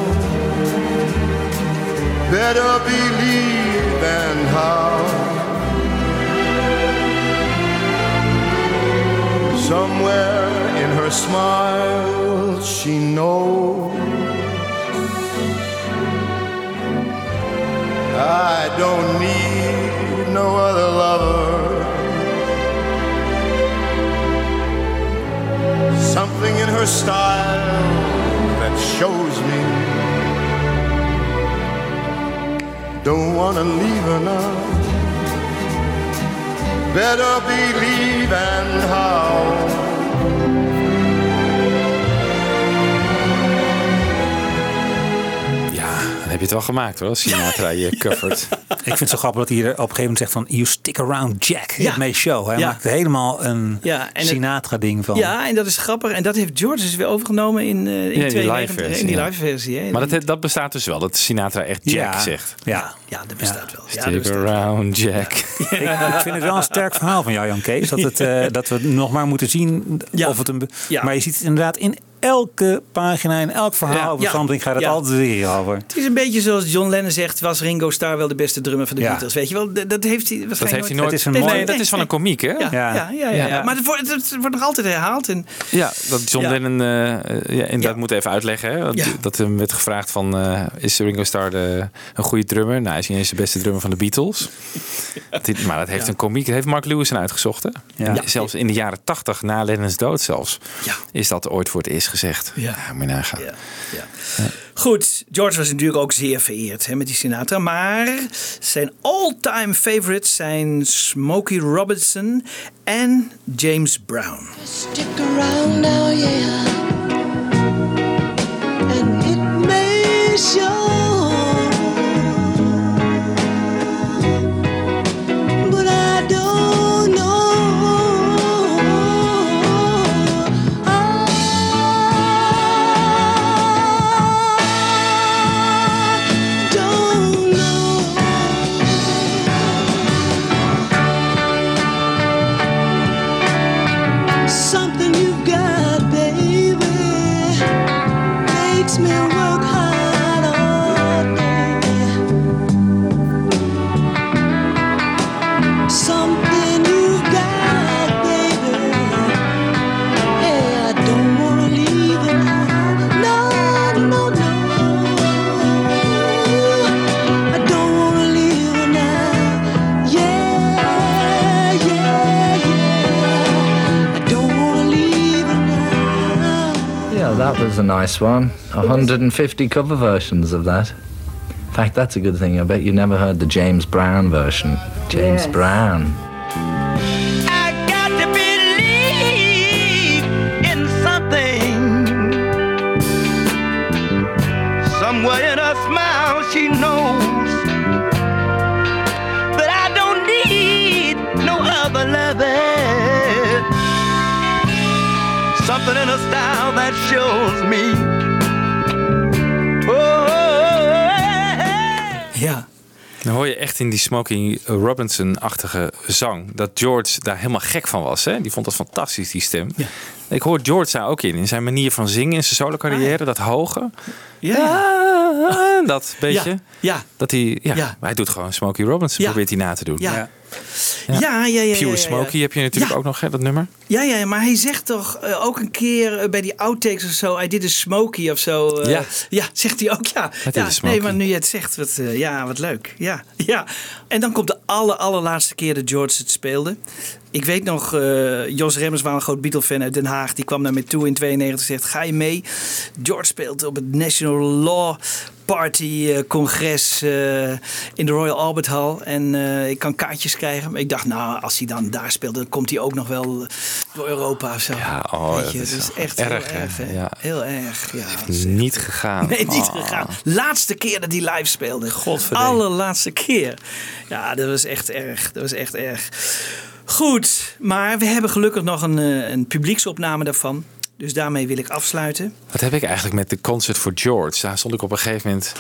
Better believe than how. Somewhere in her smile she knows I don't need no other lover. Something in her style that shows me don't wanna leave her now. Better believe and how. Ja, dan heb je het wel gemaakt hoor, Sinatra je covered. Ik vind het zo grappig dat hij er op een gegeven moment zegt van you stick around Jack, it may show. Hij maakt er helemaal een Sinatra-ding van. Ja, en dat is grappig. En dat heeft George dus weer overgenomen in die live versie. Hè? Maar dat bestaat dus wel, dat Sinatra echt Jack zegt. Ja, dat bestaat wel. Stick around Jack. Ik vind het wel een sterk verhaal van jou, Jan Kees. Dat we nog maar moeten zien of het een... Maar je ziet het inderdaad in elke pagina, in elk verhaal over Something gaat het altijd weer over. Het is een beetje zoals John Lennon zegt, was Ringo Starr wel de beste drummer van de Beatles. Weet je wel, dat heeft hij waarschijnlijk nooit. Dat is van een komiek, hè? Ja. Maar het wordt nog altijd herhaald. En, dat John Lennon inderdaad moet even uitleggen. Hè? Dat hem werd gevraagd van, is Ringo Starr een goede drummer? Nou, hij is niet eens de beste drummer van de Beatles. Maar dat heeft een komiek, dat heeft Mark Lewis uitgezocht. Hè? Ja. Zelfs in de jaren 80, na Lennons dood zelfs, is dat ooit voor het eerst gezegd. Ja, moet je nagaan. Ja. Goed, George was natuurlijk ook zeer vereerd met die Sinatra. Maar zijn all-time favorites zijn Smokey Robinson en James Brown. Stick around now, yeah. And it may show. Something you've got, baby. That was a nice one. 150 cover versions of that. In fact, that's a good thing. I bet you never heard the James Brown version. James Brown. I got to believe in something. Somewhere in her smile she knows that I don't need no other loving. Something in her style that shows me. Ja. Dan hoor je echt in die Smokey Robinson-achtige zang dat George daar helemaal gek van was. Hè? Die vond dat fantastisch, die stem. Ja. Ik hoor George daar ook in zijn manier van zingen in zijn solo-carrière. Dat hoge. Ja. Dat beetje. Ja. Dat hij, Ja. Maar hij doet gewoon Smokey Robinson, probeert hij na te doen. Ja. Ja. Pure Smokey heb je natuurlijk ook nog, hè, dat nummer. Ja, maar hij zegt toch ook een keer bij die outtakes of zo, I did a Smokey of zo. Ja, zegt hij ook, ja. Nee, maar nu je het zegt, wat leuk. Ja. En dan komt de allerlaatste keer dat George het speelde. Ik weet nog, Jos Remmers was een groot Beatle-fan uit Den Haag. Die kwam naar me toe in 92 en zegt, ga je mee? George speelt op het National Law Party congres in de Royal Albert Hall. En ik kan kaartjes krijgen. Maar ik dacht, nou, als hij dan daar speelt, dan komt hij ook nog wel door Europa of zo. Ja, dat is echt erg, heel erg. Ja. Heel erg, ja. Niet gegaan. Nee, niet gegaan. Laatste keer dat hij live speelde. Godverdomme. Allerlaatste keer. Ja, dat was echt erg. Goed, maar we hebben gelukkig nog een publieksopname daarvan. Dus daarmee wil ik afsluiten. Wat heb ik eigenlijk met de Concert for George? Daar stond ik op een gegeven moment...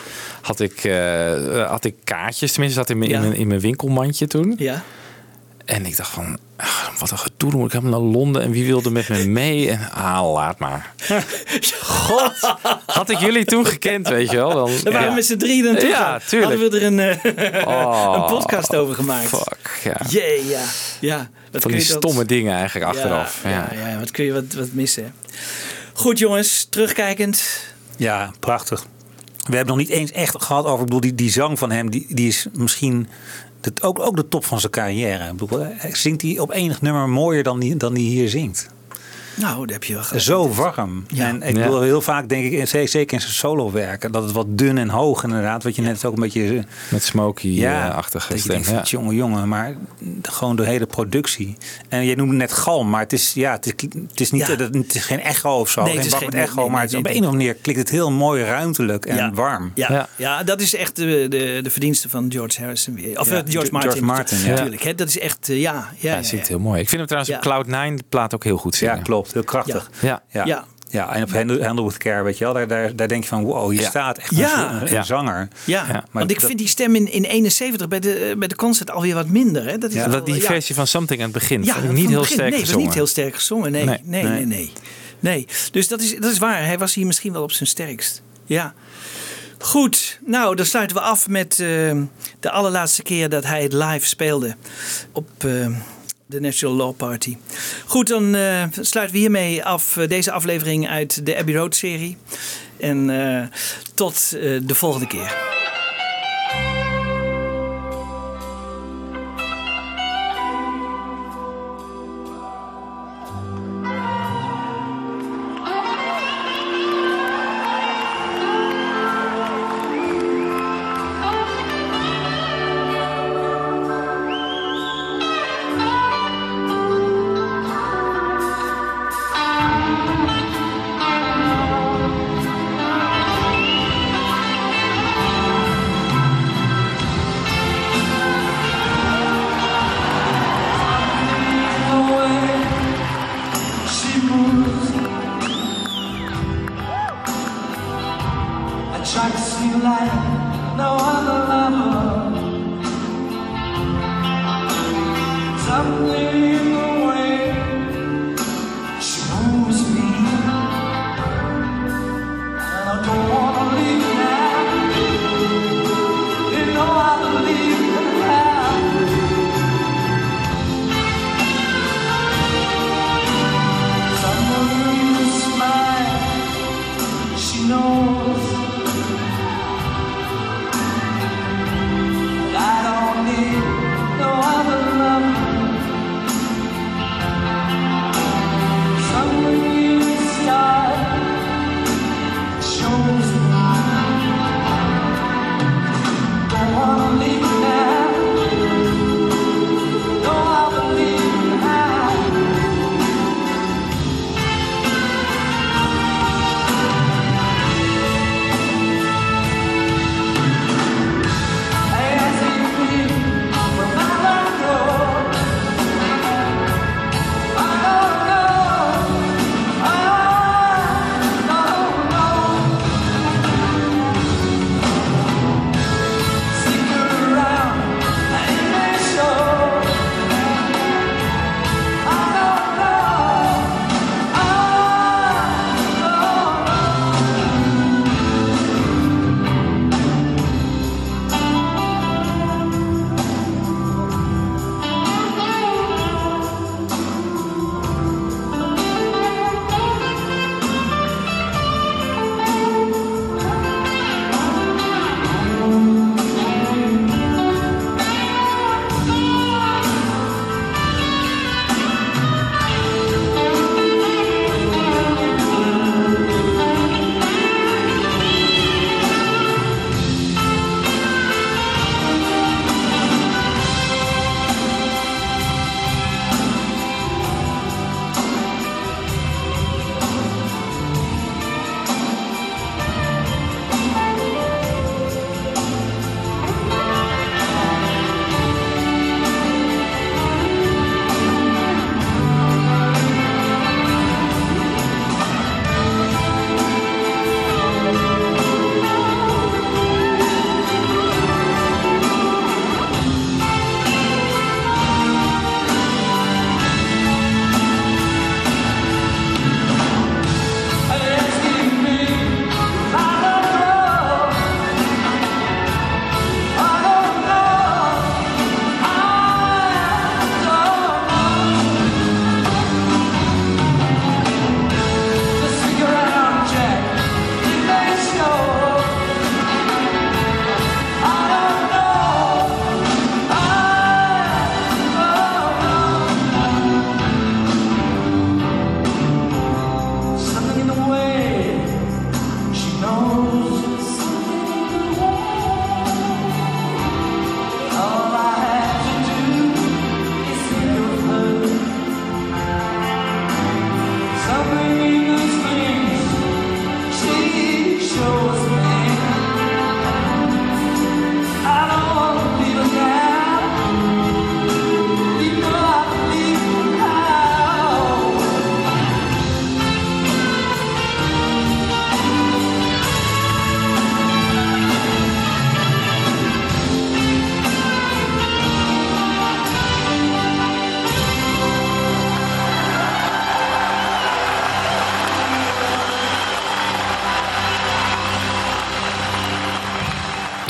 Had ik kaartjes, tenminste zat in mijn winkelmandje toen. Ja. En ik dacht van, wat een gedoe, dan moet ik helemaal naar Londen. En wie wilde met me mee? En laat maar. God, had ik jullie toen gekend, weet je wel. Dan waren we met z'n drieën naartoe. Ja, tuurlijk. Hadden we er een podcast over gemaakt. Fuck, ja. Ja. Van die stomme dingen eigenlijk achteraf. Ja, wat kun je wat missen. Hè? Goed jongens, terugkijkend. Ja, prachtig. We hebben nog niet eens echt gehad over, ik bedoel, die zang van hem, die is misschien... Ook de top van zijn carrière. Ik bedoel, zingt hij op enig nummer mooier dan die hier zingt. Nou, dat heb je wel gehad. Zo warm. Ja. En ik bedoel, heel vaak denk ik, zeker in zijn solo werken, dat het wat dun en hoog inderdaad. Wat je net ook een beetje... Met Smokey-achtige stem. Ja, jongen, maar gewoon de hele productie. En je noemde net galm, maar het is niet, het is geen echo of zo. Nee, het is geen echo, maar op een of andere manier klinkt het heel mooi ruimtelijk en warm. Ja, dat is echt de verdienste van George Harrison. Of George Martin, natuurlijk. Hè? Dat is echt, hij zingt heel mooi. Ik vind hem trouwens op Cloud9 de plaat ook heel goed zingen. Ja, klopt. Heel krachtig. Ja, en op Handle with Care, weet je wel, daar denk je van, wow, hier staat echt een zanger. Ja, want ik vind die stem in 71 bij de concert alweer wat minder. Hè? Dat is die versie van Something aan het begin vond ik niet heel sterk gezongen. Nee, niet heel sterk gezongen. Nee. Dus dat is waar. Hij was hier misschien wel op zijn sterkst. Ja. Goed, nou, dan sluiten we af met de allerlaatste keer dat hij het live speelde op... de National Law Party. Goed, dan sluiten we hiermee af deze aflevering uit de Abbey Road serie. En tot de volgende keer.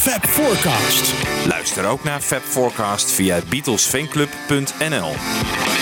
Fab Forecast. Luister ook naar Fab Forecast via BeatlesFanclub.nl.